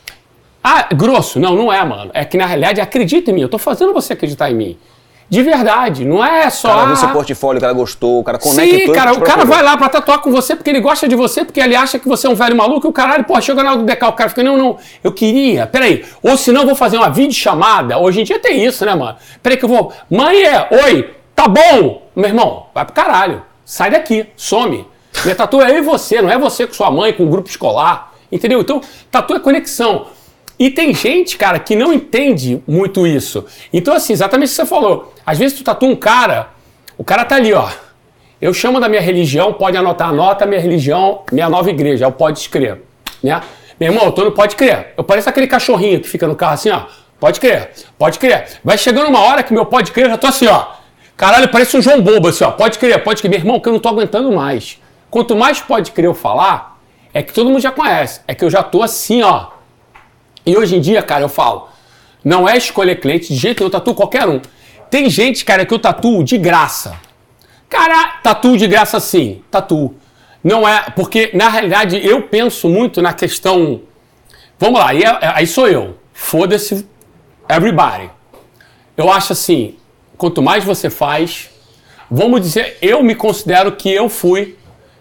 Ah, grosso? Não é, mano. É que na realidade acredita em mim. Eu tô fazendo você acreditar em mim. De verdade, não é só... O cara viu seu portfólio, o cara gostou, o cara conecta... Sim, cara, o cara vai lá pra tatuar com você porque ele gosta de você, porque ele acha que você é um velho maluco e o caralho, pô, chega na hora do decalque, o cara fica, não, eu queria, peraí, ou senão eu vou fazer uma videochamada, hoje em dia tem isso, né, mano? Peraí que eu vou, mãe, oi, tá bom? Meu irmão, vai pro caralho, sai daqui, some. Minha tatu é eu e você, não é você com sua mãe, com um grupo escolar, entendeu? Então, tatu é conexão. E tem gente, cara, que não entende muito isso. Então, assim, exatamente o que você falou. Às vezes tu tatua um cara, o cara tá ali, ó. Eu chamo da minha religião, pode anotar, anota minha religião, minha nova igreja, é o pode crer, né? Meu irmão, eu tô no pode crer. Eu pareço aquele cachorrinho que fica no carro assim, ó. Pode crer. Vai chegando uma hora que meu pode crer, eu já tô assim, ó. Caralho, parece um João Bobo, assim, ó. Pode crer. Meu irmão, que eu não tô aguentando mais. Quanto mais pode crer eu falar, é que todo mundo já conhece. É que eu já tô assim, ó. E hoje em dia, cara, eu falo, não é escolher cliente de jeito nenhum, eu tatuo qualquer um. Tem gente, cara, que eu tatuo de graça. Cara, tatuo de graça sim, tatuo. Não é, porque na realidade eu penso muito na questão, vamos lá, aí sou eu, foda-se everybody. Eu acho assim, quanto mais você faz, vamos dizer, eu me considero que eu fui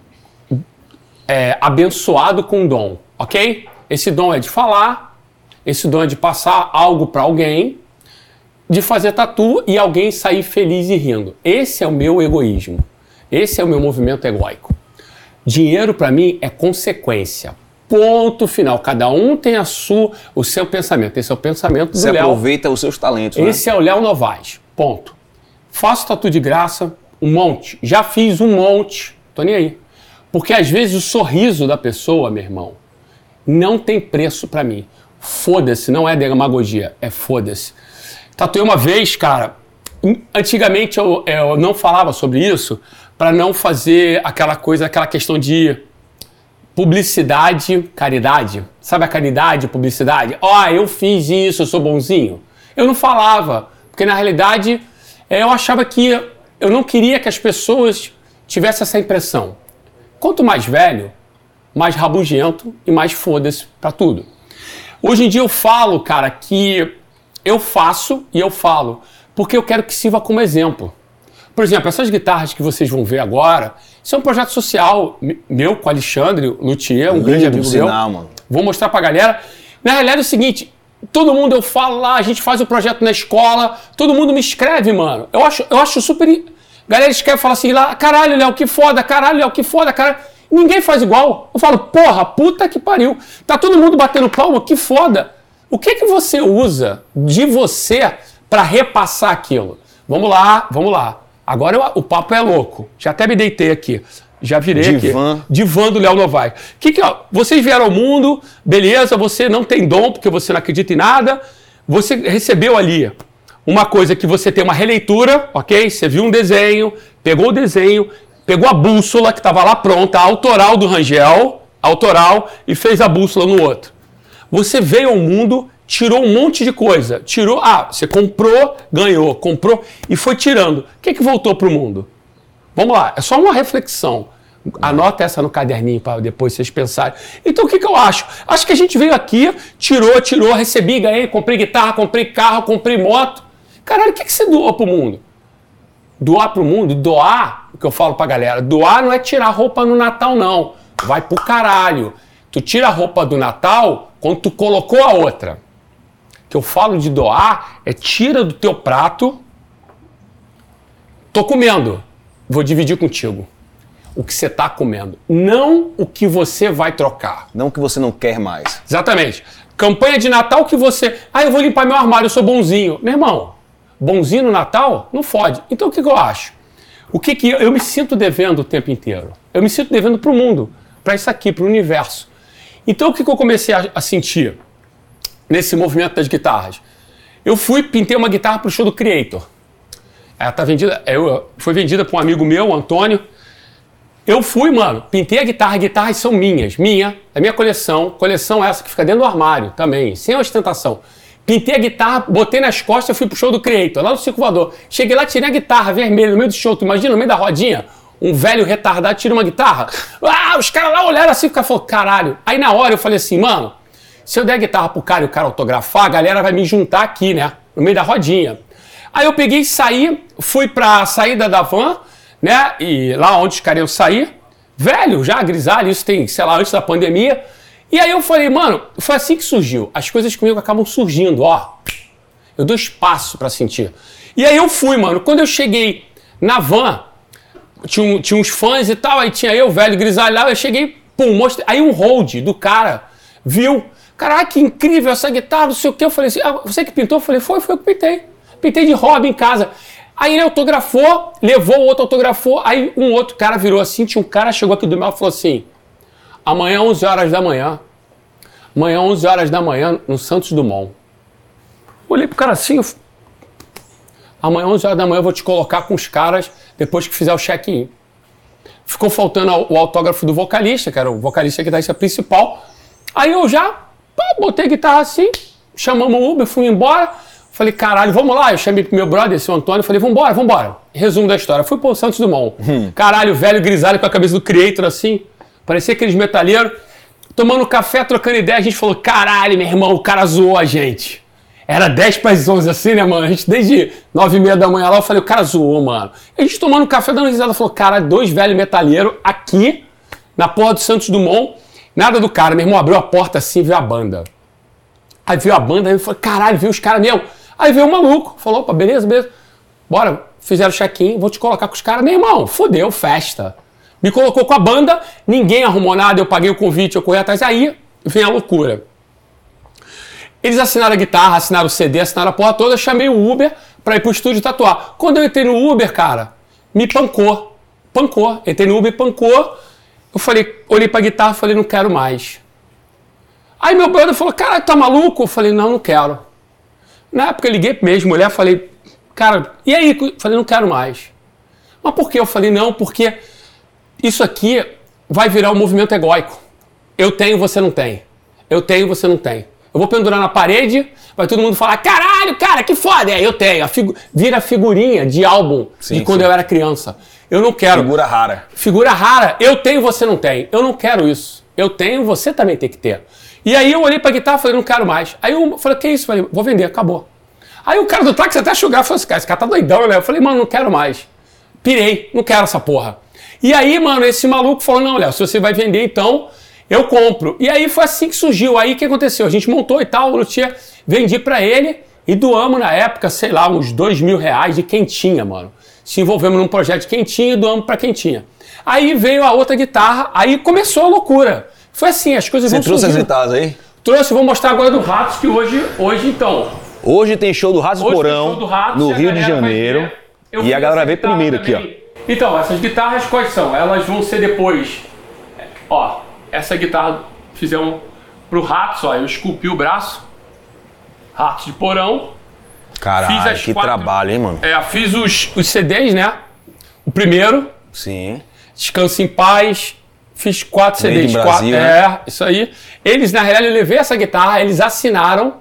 abençoado com um dom, ok? Esse dom é de falar, esse dom é de passar algo para alguém, de fazer tatu e alguém sair feliz e rindo. Esse é o meu egoísmo. Esse é o meu movimento egóico. Dinheiro para mim é consequência. Ponto final. Cada um tem o seu pensamento. Esse é o pensamento do Léo. Você aproveita os seus talentos, né? Esse é o Léo Novaes. Ponto. Faço tatu de graça, um monte. Já fiz um monte. Tô nem aí. Porque às vezes o sorriso da pessoa, meu irmão, não tem preço para mim. Foda-se, não é demagogia, é foda-se. Tatuei uma vez, cara, antigamente eu não falava sobre isso para não fazer aquela questão de publicidade, caridade. Sabe a caridade, publicidade? Eu fiz isso, eu sou bonzinho. Eu não falava, porque na realidade eu achava que eu não queria que as pessoas tivessem essa impressão. Quanto mais velho, mais rabugento e mais foda-se pra tudo. Hoje em dia eu falo, cara, que eu faço e eu falo, porque eu quero que sirva como exemplo. Por exemplo, essas guitarras que vocês vão ver agora, isso é um projeto social meu com o Alexandre Luthier, um grande amigo meu. Mano. Vou mostrar pra galera. Na realidade é o seguinte, todo mundo eu falo lá, a gente faz o projeto na escola, todo mundo me escreve, mano. Eu acho super... Galera escreve e fala assim, lá, caralho, Léo, que foda, caralho, Léo, que foda, caralho. Ninguém faz igual. Eu falo, porra, puta que pariu. Tá todo mundo batendo palma, que foda. O que você usa de você para repassar aquilo? Vamos lá. Agora o papo é louco. Já até me deitei aqui. Já virei Divã. aqui. Divã do Léo Novaes. Vocês vieram ao mundo, beleza, você não tem dom porque você não acredita em nada. Você recebeu ali uma coisa que você tem uma releitura, ok? Você viu um desenho, pegou o desenho, pegou a bússola que estava lá pronta, a autoral do Rangel, autoral, e fez a bússola no outro. Você veio ao mundo, tirou um monte de coisa. Tirou, você comprou, ganhou, comprou e foi tirando. O que voltou para o mundo? Vamos lá, é só uma reflexão. Anota essa no caderninho para depois vocês pensarem. Então o que eu acho? Acho que a gente veio aqui, tirou, recebi, ganhei, comprei guitarra, comprei carro, comprei moto. Caralho, o que você doou pro mundo? Doar pro mundo? Doar, o que eu falo pra galera, doar não é tirar roupa no Natal, não. Vai pro caralho. Tu tira a roupa do Natal quando tu colocou a outra. O que eu falo de doar é tira do teu prato. Tô comendo. Vou dividir contigo. O que você tá comendo. Não o que você vai trocar. Não o que você não quer mais. Exatamente. Campanha de Natal que você... eu vou limpar meu armário, eu sou bonzinho. Meu irmão, bonzinho no Natal? Não fode. Então o que eu acho? O que eu me sinto devendo o tempo inteiro? Eu me sinto devendo pro mundo. Pra isso aqui, pro universo. Então o que eu comecei a sentir nesse movimento das guitarras? Eu pintei uma guitarra pro show do Creator. Ela tá vendida... foi vendida pra um amigo meu, o Antônio. Eu mano, pintei a guitarra, guitarras são minhas, da minha coleção essa que fica dentro do armário também, sem ostentação. Pintei a guitarra, botei nas costas, fui pro show do Creator, lá no Circo Voador. Cheguei lá, tirei a guitarra vermelha no meio do show, tu imagina, no meio da rodinha, um velho retardado tira uma guitarra. Os caras lá olharam assim e falaram, caralho. Aí na hora eu falei assim, mano, se eu der a guitarra pro cara e o cara autografar, a galera vai me juntar aqui, né, no meio da rodinha. Aí eu peguei e saí, fui pra saída da van, né? E lá onde os caras iam sair, velho, já grisalho, isso tem, sei lá, antes da pandemia. E aí eu falei, mano, foi assim que surgiu. As coisas comigo acabam surgindo, ó. Eu dou espaço pra sentir. E aí eu fui, mano. Quando eu cheguei na van, tinha uns fãs e tal, aí tinha eu, velho, grisalho lá, eu cheguei, pum, mostrei. Aí um hold do cara viu, caraca, que incrível essa guitarra, não sei o que. Eu falei assim, você que pintou? Eu falei, foi eu que pintei. Pintei de hobby em casa. Aí ele autografou, levou, o outro autografou, aí um outro cara virou assim, tinha um cara, chegou aqui do meu e falou assim, amanhã 11 horas da manhã, no Santos Dumont. Olhei pro cara assim, amanhã 11 horas da manhã eu vou te colocar com os caras depois que fizer o check-in. Ficou faltando o autógrafo do vocalista, que era o vocalista que dá isso principal. Aí eu já botei a guitarra assim, chamamos o Uber, fui embora. Falei, caralho, vamos lá. Eu chamei pro meu brother, esse Antônio, falei, vambora. Resumo da história. Fui pro Santos Dumont. Caralho, velho grisalho com a cabeça do Creator assim. Parecia aqueles metaleiros. Tomando café, trocando ideia. A gente falou, caralho, meu irmão, o cara zoou a gente. Era 10 para as 11 assim, né, mano? A gente desde 9h30 da manhã lá, eu falei, o cara zoou, mano. A gente tomando café, dando risada. Falou, caralho, 2 velhos metaleiros aqui, na porra do Santos Dumont. Nada do cara. Meu irmão abriu a porta assim, viu a banda. Aí viu a banda, aí eu falei, caralho, viu os caras mesmo. Aí veio o maluco, falou, opa, beleza. Bora, fizeram check-in, vou te colocar com os caras. Meu irmão, fodeu, festa. Me colocou com a banda, ninguém arrumou nada, eu paguei o convite, eu corri atrás. Aí vem a loucura. Eles assinaram a guitarra, assinaram o CD, assinaram a porra toda, eu chamei o Uber pra ir pro estúdio tatuar. Quando eu entrei no Uber, cara, me pancou. Entrei no Uber, pancou. Eu falei, olhei pra guitarra e falei, não quero mais. Aí meu brother falou, cara, tá maluco? Eu falei, não quero. Na época eu liguei pra minha ex-mulher, falei, cara, e aí? Eu falei, não quero mais. Mas por quê? Eu falei, não, porque isso aqui vai virar um movimento egóico. Eu tenho, você não tem. Eu tenho, você não tem. Eu vou pendurar na parede, vai todo mundo falar, caralho, cara, que foda. Eu tenho. Vira figurinha de álbum de quando eu era criança. Eu não quero. Figura rara. Figura rara. Eu tenho, você não tem. Eu não quero isso. Eu tenho, você também tem que ter. E aí eu olhei pra guitarra e falei, não quero mais. Aí eu falei, que isso? Falei, vou vender, acabou. Aí o cara do táxi até achou graça, falou assim, cara, esse cara tá doidão, né? Eu falei, mano, não quero mais. Pirei, não quero essa porra. E aí, mano, esse maluco falou, não, Léo, se você vai vender, então eu compro. E aí foi assim que surgiu. Aí o que aconteceu? A gente montou e tal, o luthier, vendi pra ele e doamos na época, sei lá, uns R$2.000 de quem tinha, mano. Se envolvemos num projeto de quem tinha e doamos pra quem tinha. Aí veio a outra guitarra, aí começou a loucura. Foi assim, as coisas vão surgindo. Você trouxe as guitarras aí? Trouxe, vou mostrar agora do Ratos, que hoje então... Hoje tem show do Ratos Porão, no Rio de Janeiro. E a galera vê primeiro aqui, ó. Então, essas guitarras quais são? Elas vão ser depois... Ó, essa guitarra fizemos pro Ratos, ó. Eu esculpi o braço. Ratos de Porão. Caralho, que trabalho, hein, mano? Fiz os CDs, né? O primeiro. Sim. Descanse em Paz. Fiz 4 Made CDs. in Brasil, né? Isso aí. Eles, na realidade, eu levei essa guitarra, eles assinaram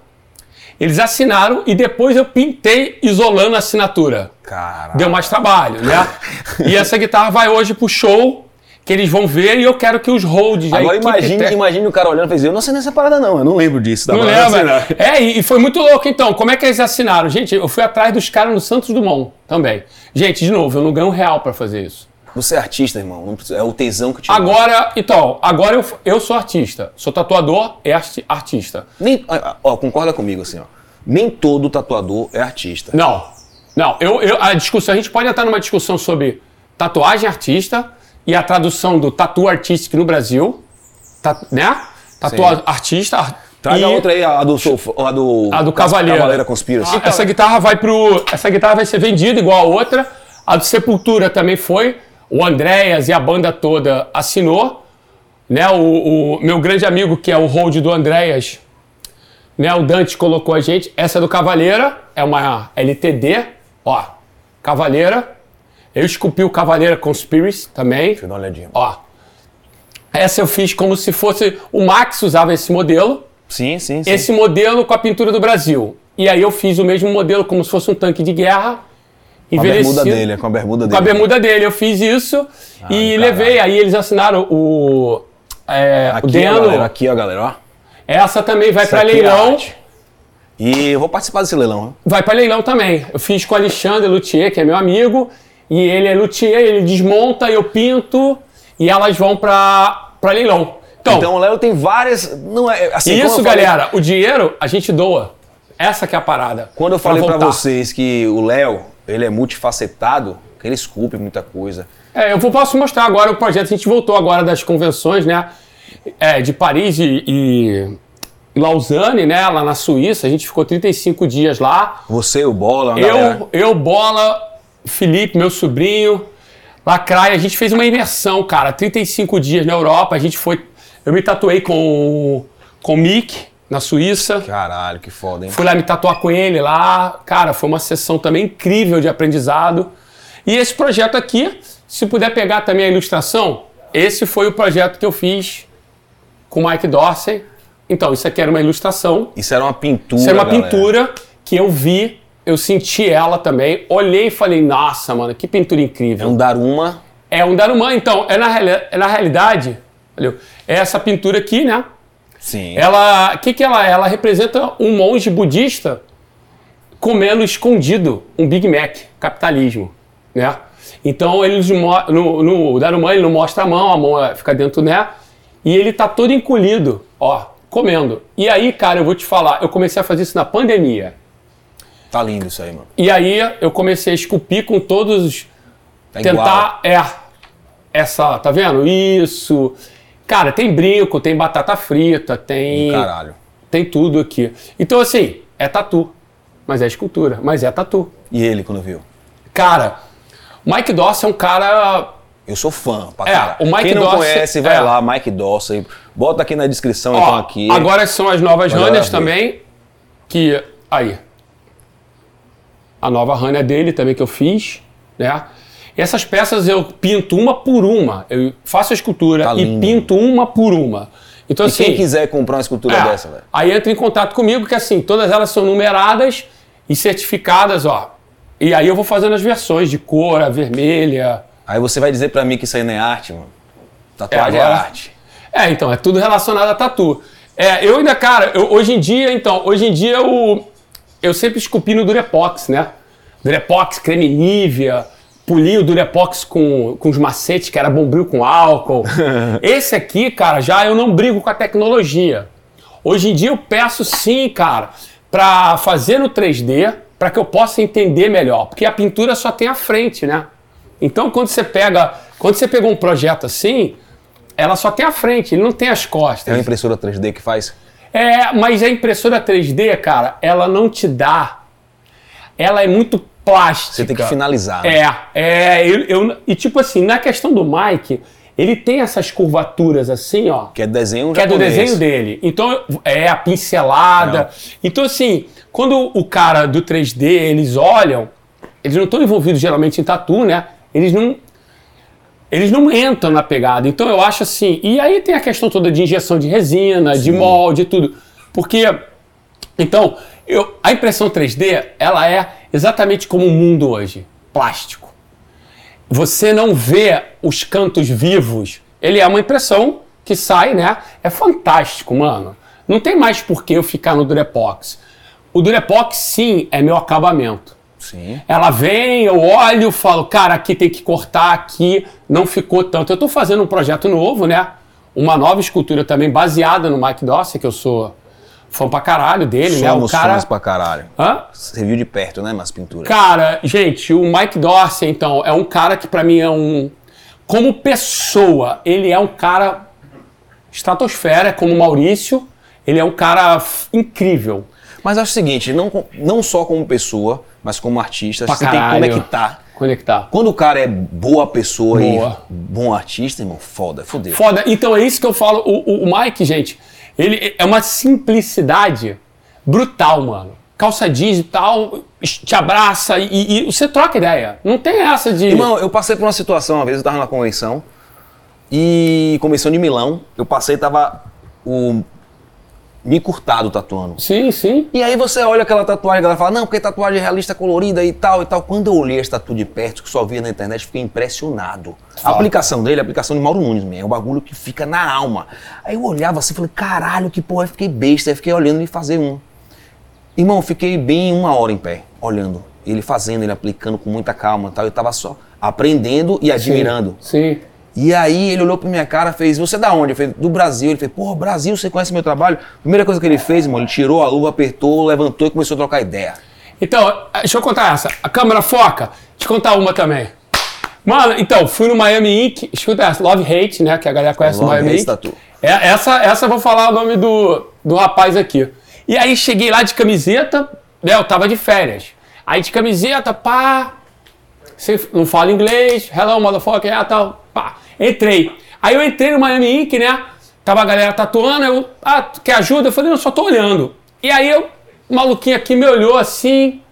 e depois eu pintei isolando a assinatura. Caralho. Deu mais trabalho, né? E essa guitarra vai hoje pro show, que eles vão ver, e eu quero que os holds... Agora imagine o cara olhando e falando, eu não assinei essa parada não, eu não lembro disso. Não lembra? E foi muito louco, então. Como é que eles assinaram? Gente, eu fui atrás dos caras no Santos Dumont também. Gente, de novo, eu não ganho R$1 pra fazer isso. Você é artista, irmão. Não precisa, é o tesão que te... Agora eu sou artista. Sou tatuador e artista. Concorda comigo, assim, ó. Nem todo tatuador é artista. Não. A discussão, a gente pode entrar numa discussão sobre tatuagem artista e a tradução do tattoo artistic no Brasil, né? Tatuagem artista. Traga outra aí, a do Cavaleira Conspiracy. Essa guitarra vai ser vendida igual a outra. A do Sepultura também foi. O Andréas e a banda toda assinou, né? O meu grande amigo, que é o hold do Andréas, né? O Dante colocou a gente. Essa é do Cavaleira, é uma LTD, ó, Cavaleira. Eu esculpi o Cavaleira Conspiracy também. Deixa eu dar uma olhadinha. Ó, essa eu fiz como se fosse... O Max usava esse modelo. Sim. Esse modelo com a pintura do Brasil. E aí eu fiz o mesmo modelo como se fosse um tanque de guerra. Com a bermuda dele. Com a bermuda dele, eu fiz isso e levei. Aí eles assinaram o Deno. Aqui, ó, galera, ó. Essa também vai para leilão. E eu vou participar desse leilão. Hein? Vai para leilão também. Eu fiz com o Alexandre Luthier, que é meu amigo. E ele é luthier, ele desmonta, eu pinto. E elas vão para leilão. Então o Léo tem várias... Não é, assim, isso, galera. O dinheiro a gente doa. Essa que é a parada. Quando eu falei para vocês que o Léo... Ele é multifacetado, que ele esculpe muita coisa. Eu posso mostrar agora o projeto. A gente voltou agora das convenções, né? De Paris e Lausanne, né? Lá na Suíça. A gente ficou 35 dias lá. Você, o Bola, eu, Bola, Felipe, meu sobrinho, Lacraia. A gente fez uma imersão, cara. 35 dias na Europa. A gente foi... Eu me tatuei com o Mick, na Suíça. Caralho, que foda, hein? Fui lá me tatuar com ele lá. Cara, foi uma sessão também incrível de aprendizado. E esse projeto aqui, se puder pegar também a ilustração, esse foi o projeto que eu fiz com o Mike Dorsey. Então, isso aqui era uma ilustração. Isso era uma pintura, Isso era uma pintura que eu vi, eu senti ela também. Olhei e falei, nossa, mano, que pintura incrível. É um Daruma. É um Daruma. Então, na realidade, valeu, é essa pintura aqui, né? Sim. Ela representa um monge budista comendo escondido um Big Mac, capitalismo, né? Então no Daruma ele não mostra a mão fica dentro, né? E ele tá todo encolhido, ó, comendo. E aí, cara, eu vou te falar, eu comecei a fazer isso na pandemia. Tá lindo isso aí, mano. E aí eu comecei a esculpir com todos tentar essa, tá vendo? Isso. Cara, tem brinco, tem batata frita, tem... Caralho. Tem tudo aqui. Então, assim, é tatu. Mas é escultura. Mas é tatu. E ele, quando viu? Cara, o Mike Dorsey é um cara... Eu sou fã, pra caralho. O Mike Quem não Dorsey, conhece, vai lá, Mike Dorsey. Bota aqui na descrição, então, aqui. Agora são as novas runners também. Que... Aí. A nova runner dele também que eu fiz, né? E essas peças eu pinto uma por uma. Eu faço a escultura e pinto uma por uma. Então, assim, quem quiser comprar uma escultura dessa, velho? Aí entra em contato comigo, que assim, todas elas são numeradas e certificadas, ó. E aí eu vou fazendo as versões de cor, a vermelha. Aí você vai dizer pra mim que isso aí não é arte, mano? Tatuagem é arte. Então, é tudo relacionado a tatu. Eu ainda, cara, hoje em dia eu sempre esculpi no Durepox, né? Durepox, creme Nivea... Poli o Durepox com os macetes, que era bombril com álcool. Esse aqui, cara, já eu não brigo com a tecnologia. Hoje em dia eu peço sim, cara, para fazer no 3D, para que eu possa entender melhor. Porque a pintura só tem a frente, né? Então quando você pegou um projeto assim, ela só tem a frente, ele não tem as costas. É a impressora 3D que faz? Mas a impressora 3D, cara, ela não te dá. Ela é muito plástica. Você tem que finalizar. Né? E tipo assim, na questão do Mike, ele tem essas curvaturas assim, ó. Que é desenho que é do desenho dele. Então, é a pincelada. Não. Então, assim, quando o cara do 3D, eles olham, eles não estão envolvidos geralmente em tatu, né? Eles não entram na pegada. Então, eu acho assim... E aí tem a questão toda de injeção de resina, de molde, tudo. Porque... Então, a impressão 3D, ela é exatamente como o mundo hoje. Plástico. Você não vê os cantos vivos. Ele é uma impressão que sai, né? É fantástico, mano. Não tem mais por que eu ficar no Durepox. O Durepox, sim, é meu acabamento. Sim. Ela vem, eu olho, falo, cara, aqui tem que cortar, aqui não ficou tanto. Eu tô fazendo um projeto novo, né? Uma nova escultura também baseada no Mike Dorsey, que eu sou fã pra caralho dele, né? O cara... fãs pra caralho. Hã? Você viu de perto, né, nas pinturas? Cara, gente, o Mike Dorsey, então, é um cara que pra mim é um... Como pessoa, ele é um cara estratosfera, como o Maurício, ele é um cara incrível. Mas acho o seguinte, não só como pessoa, mas como artista, Pra você caralho. tem que conectar. Quando o cara é boa pessoa e bom artista, irmão, foda, fodeu. Foda. Então é isso que eu falo. O Mike, gente, ele é uma simplicidade brutal, mano. Calça jeans e tal, te abraça e você troca ideia. Não tem essa de... Irmão, eu passei por uma situação, uma vez eu tava na convenção de Milão, eu passei e tava me curtado tatuando. Sim, sim. E aí você olha aquela tatuagem, a galera fala, não, porque tatuagem é realista, colorida e tal e tal. Quando eu olhei essa tatu de perto, que só via na internet, fiquei impressionado. A aplicação dele é a aplicação de Mauro Nunes mesmo, é um bagulho que fica na alma. Aí eu olhava assim, falei, caralho, que porra, eu fiquei besta, aí fiquei olhando ele fazer um. Irmão, eu fiquei bem 1 hora em pé, olhando. Ele fazendo, ele aplicando com muita calma e tal. Eu tava só aprendendo e admirando. Sim. E aí ele olhou pra minha cara e fez, você é da onde? Eu falei, do Brasil. Ele fez, porra, Brasil, você conhece meu trabalho? Primeira coisa que ele fez, irmão, ele tirou a luva, apertou, levantou e começou a trocar ideia. Então, deixa eu contar essa. A câmera foca. Deixa eu contar uma também. Mano, então, fui no Miami Ink, escuta essa, Love Hate, né, que a galera conhece o Miami Ink. Essa eu vou falar o nome do rapaz aqui. E aí cheguei lá de camiseta, né, eu tava de férias. Aí de camiseta, pá, você não fala inglês, hello, motherfucker, tal, pá. Entrei. Aí eu entrei no Miami Ink, né, tava a galera tatuando, eu, quer ajuda? Eu falei, não, só tô olhando. E aí o maluquinho aqui me olhou assim,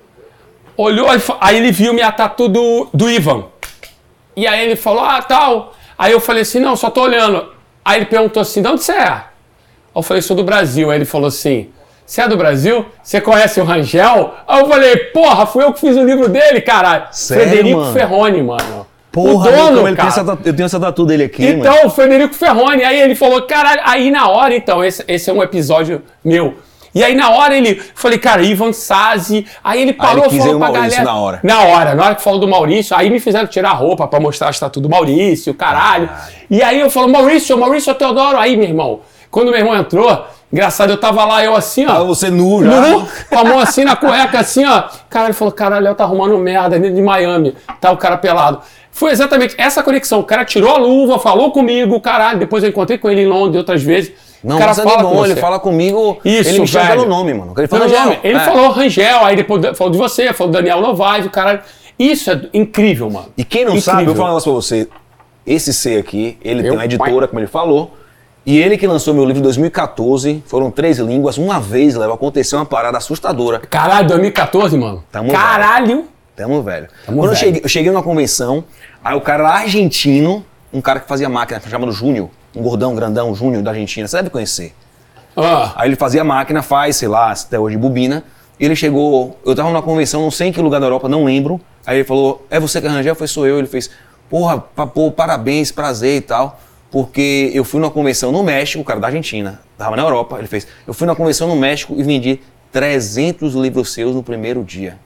olhou, aí ele viu minha tatu do Ivan. E aí ele falou, tal. Aí eu falei assim, não, só tô olhando. Aí ele perguntou assim, de onde você é? Aí eu falei, sou do Brasil. Aí ele falou assim, você é do Brasil? Você conhece o Rangel? Aí eu falei, porra, fui eu que fiz o livro dele, caralho. Sério, Frederico mano? Ferroni, mano. Porra, o dono, meu, cara. eu tenho essa tatu dele aqui, Então, mano. o Frederico Ferroni. Aí ele falou, caralho, aí na hora, então, esse é um episódio meu. E aí na hora falei, cara, Ivan Sazzi. Aí ele parou e falou pra galera. Na hora Na hora que falou do Maurício, aí me fizeram tirar a roupa pra mostrar a estátua do Maurício, caralho. E aí eu falo, Maurício Teodoro. Aí, meu irmão, quando meu irmão entrou, engraçado, eu tava lá, eu assim, ó. Você nu já. Com a mão assim na cueca, assim, ó. Cara, ele falou, caralho, Léo tá arrumando merda dentro de Miami. Tá o cara pelado. Foi exatamente essa conexão. O cara tirou a luva, falou comigo, caralho. Depois eu encontrei com ele em Londres outras vezes. Não, o cara mas fala é bom, ele fala comigo, isso, ele me chama velho. pelo nome, mano. Ele Pelo nome. Ele falou Rangel, aí depois falou de você, falou do Daniel Novaes, o caralho. Isso é incrível, mano. E quem não sabe, eu vou falar um negócio pra você. Esse C aqui, ele tem uma editora, como ele falou, e ele que lançou meu livro em 2014, foram 3 línguas, uma vez, Léo, aconteceu uma parada assustadora. Caralho, 2014, mano. Caralho! Tamo velho. Quando eu cheguei numa convenção, aí o cara lá argentino, um cara que fazia máquina, chamado Júnior, um gordão, grandão, Júnior da Argentina, você deve conhecer. Aí ele fazia máquina, sei lá, até hoje bobina, e ele chegou, eu tava numa convenção, não sei em que lugar da Europa, não lembro, aí ele falou, é você que arranjou? Foi, sou eu. Ele fez, porra, parabéns, prazer e tal, porque eu fui numa convenção no México, o cara da Argentina, tava na Europa, ele fez, eu fui numa convenção no México e vendi 300 livros seus no primeiro dia.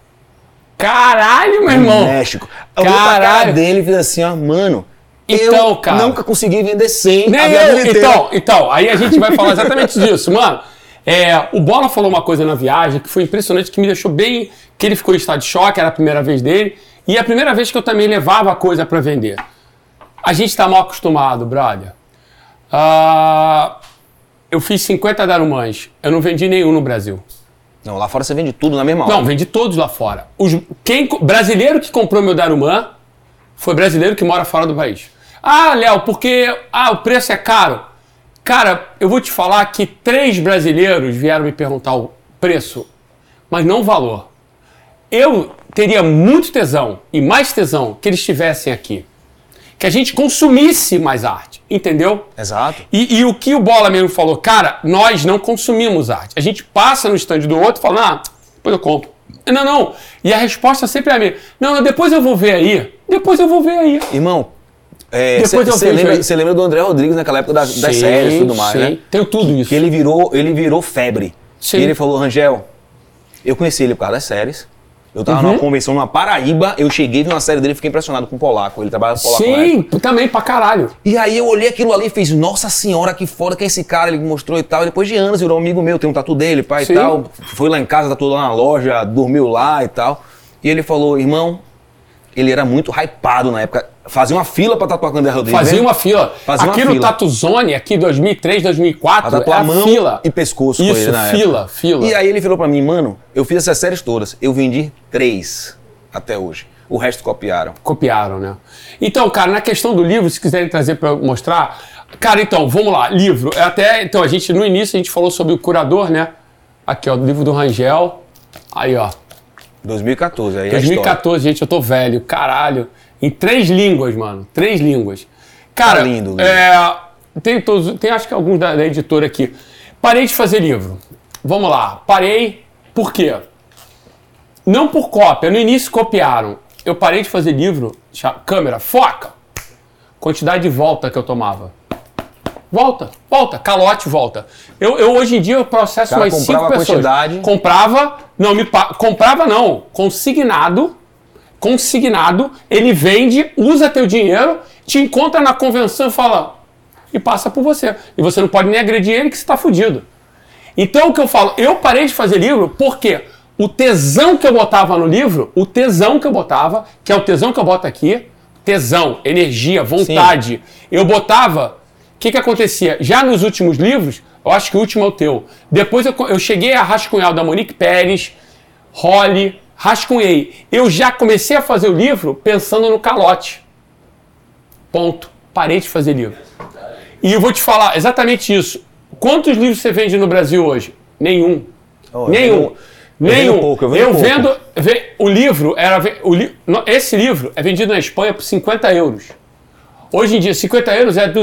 Caralho, meu irmão! No México. Eu olhei pra cara dele e fiz assim, ó, mano, então, eu cara, nunca consegui vender 100 nem a minha vida inteira. Então, aí a gente vai falar exatamente disso, mano. O Bola falou uma coisa na viagem que foi impressionante, que me deixou bem, que ele ficou em estado de choque, era a primeira vez dele, e a primeira vez que eu também levava coisa pra vender. A gente tá mal acostumado, brother. Eu fiz 50 darumãs, eu não vendi nenhum no Brasil. Não, lá fora você vende tudo na mesma hora. Não, vendi todos lá fora. Brasileiro que comprou meu darumã foi brasileiro que mora fora do país. Ah, Léo, porque o preço é caro. Cara, eu vou te falar que 3 brasileiros vieram me perguntar o preço, mas não o valor. Eu teria muito tesão e mais tesão que eles estivessem aqui. Que a gente consumisse mais arte, entendeu? Exato. E o que o Bola mesmo falou, cara, nós não consumimos arte. A gente passa no stand do outro e fala, depois eu compro. Não. E a resposta sempre é a mesma. Não, depois eu vou ver aí. Irmão, Depois você lembra do André Rodrigues naquela época das séries e tudo mais, né? Tenho tudo isso. Que ele virou febre. Sim. E ele falou, Rangel, eu conheci ele por causa das séries. Eu tava numa convenção na Paraíba, eu cheguei, vi uma série dele e fiquei impressionado com o Polaco. Ele trabalha com o Polaco. Sim, também pra caralho. E aí eu olhei aquilo ali e fiz, nossa senhora, que foda que é esse cara, ele me mostrou e tal. E depois de anos virou um amigo meu, tem um tatu dele, pai Sim. e tal. Foi lá em casa, tatuou lá na loja, dormiu lá e tal. E ele falou, irmão, ele era muito hypado na época. Fazia uma fila pra tatuar com o André Rodrigues. Fazia uma fila. Aqui no Tatuzone, aqui 2003, 2004, tatuar mão fila. E pescoço isso, com ele na época. Fila. E aí ele falou pra mim, mano, eu fiz essas séries todas, eu vendi 3 até hoje. O resto copiaram. Copiaram, né? Então, cara, na questão do livro, se quiserem trazer pra eu mostrar... Cara, então, vamos lá. Livro. Então, no início, a gente falou sobre o curador, né? Aqui, ó, do livro do Rangel. Aí, ó. 2014, aí 2014, gente, eu tô velho. Caralho. Em 3 línguas, mano. 3 línguas. Cara, tá lindo. Tem acho que alguns da editora aqui. Parei de fazer livro. Vamos lá. Parei. Por quê? Não por cópia. No início copiaram. Eu parei de fazer livro. Câmera, foca. Quantidade de volta que eu tomava. Volta. Calote, volta. Eu hoje em dia eu processo umas 5 pessoas. Quantidade. Comprava não. Consignado, ele vende, usa teu dinheiro, te encontra na convenção e fala, e passa por você. E você não pode nem agredir ele que você está fudido. Então o que eu falo, eu parei de fazer livro porque o tesão que eu botava no livro, que é o tesão que eu boto aqui, tesão, energia, vontade, sim. Eu botava, o que acontecia? Já nos últimos livros, eu acho que o último é o teu, depois eu cheguei a rascunhar o da Monique Pérez, Holly, rascunhei. Eu já comecei a fazer o livro pensando no calote. Ponto. Parei de fazer livro. E eu vou te falar exatamente isso. Quantos livros você vende no Brasil hoje? Nenhum. Nenhum. Eu vendo o livro, esse livro é vendido na Espanha por 50 euros. Hoje em dia, 50 euros é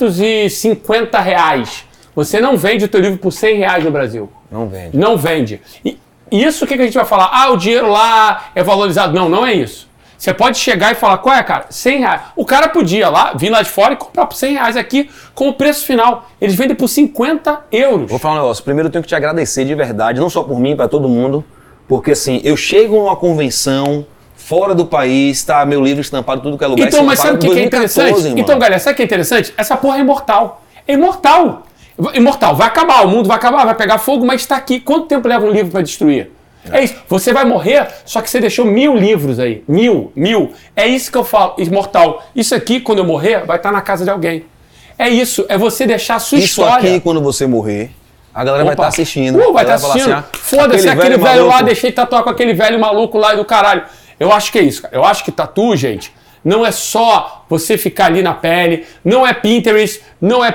250 reais. Você não vende o teu livro por 100 reais no Brasil. Não vende. E isso, o que a gente vai falar? O dinheiro lá é valorizado. Não é isso. Você pode chegar e falar, qual é, cara? 100 reais. O cara podia vir lá de fora e comprar por 100 reais aqui com o preço final. Eles vendem por 50 euros. Vou falar um negócio. Primeiro eu tenho que te agradecer de verdade, não só por mim, para todo mundo. Porque assim, eu chego numa convenção fora do país, tá meu livro estampado em tudo que é lugar. Então, mas sabe o que é interessante? Mano. Então, galera, sabe o que é interessante? Essa porra é imortal. É imortal. Imortal, vai acabar, o mundo vai acabar, vai pegar fogo, mas está aqui. Quanto tempo leva um livro para destruir? É isso. Você vai morrer, só que você deixou 1000 livros aí. 1000. É isso que eu falo, imortal. Isso aqui, quando eu morrer, vai estar na casa de alguém. É isso, é você deixar a sua história. Isso aqui, quando você morrer, a galera vai estar assistindo. Vai estar assistindo. Assim, foda-se, aquele velho lá, deixei tatuar com aquele velho maluco lá do caralho. Eu acho que é isso, cara. Eu acho que tatu, gente, não é só você ficar ali na pele, não é Pinterest,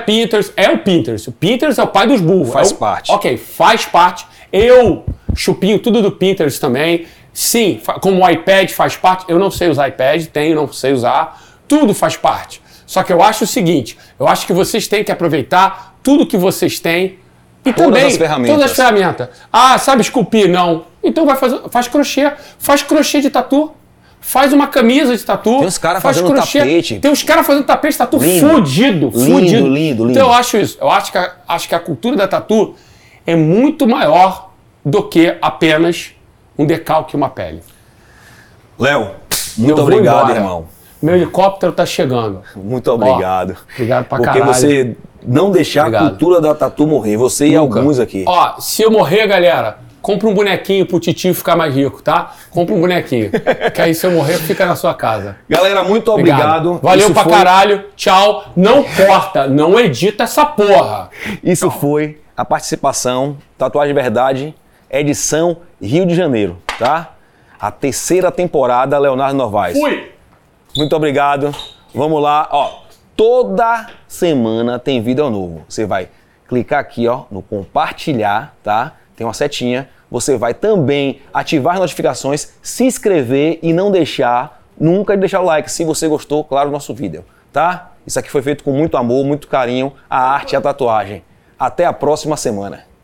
é o Pinterest. O Pinterest é o pai dos burros. Faz parte. Ok, faz parte. Eu chupinho tudo do Pinterest também. Sim, como o iPad faz parte, eu não sei usar iPad, não sei usar, tudo faz parte. Só que eu acho o seguinte, eu acho que vocês têm que aproveitar tudo que vocês têm e todas as ferramentas. Sabe esculpir? Não. Então faz crochê. Faz crochê de tatu. Faz uma camisa de tatu. Tem uns caras fazendo tapete. Tem uns caras fazendo tapete de tatu fudido. Lindo. Então eu acho isso. Eu acho que a cultura da tatu é muito maior do que apenas um decalque e uma pele. Léo, muito obrigado, irmão. Meu helicóptero tá chegando. Muito obrigado. Obrigado pra caralho. Porque você não deixar a cultura da tatu morrer. Você e alguns aqui. Se eu morrer, galera, compra um bonequinho pro titio ficar mais rico, tá? Compra um bonequinho. Que aí se eu morrer, fica na sua casa. Galera, muito obrigado. Valeu pra caralho. Tchau. Não corta, não edita essa porra. Isso foi a participação Tatuagem Verdade, edição Rio de Janeiro, tá? A 3ª temporada, Leonardo Novaes. Fui! Muito obrigado. Vamos lá, Toda semana tem vídeo novo. Você vai clicar aqui, ó, no compartilhar, tá? Tem uma setinha. Você vai também ativar as notificações, se inscrever e não nunca deixar o like, se você gostou, claro, do nosso vídeo, tá? Isso aqui foi feito com muito amor, muito carinho, a arte e a tatuagem. Até a próxima semana.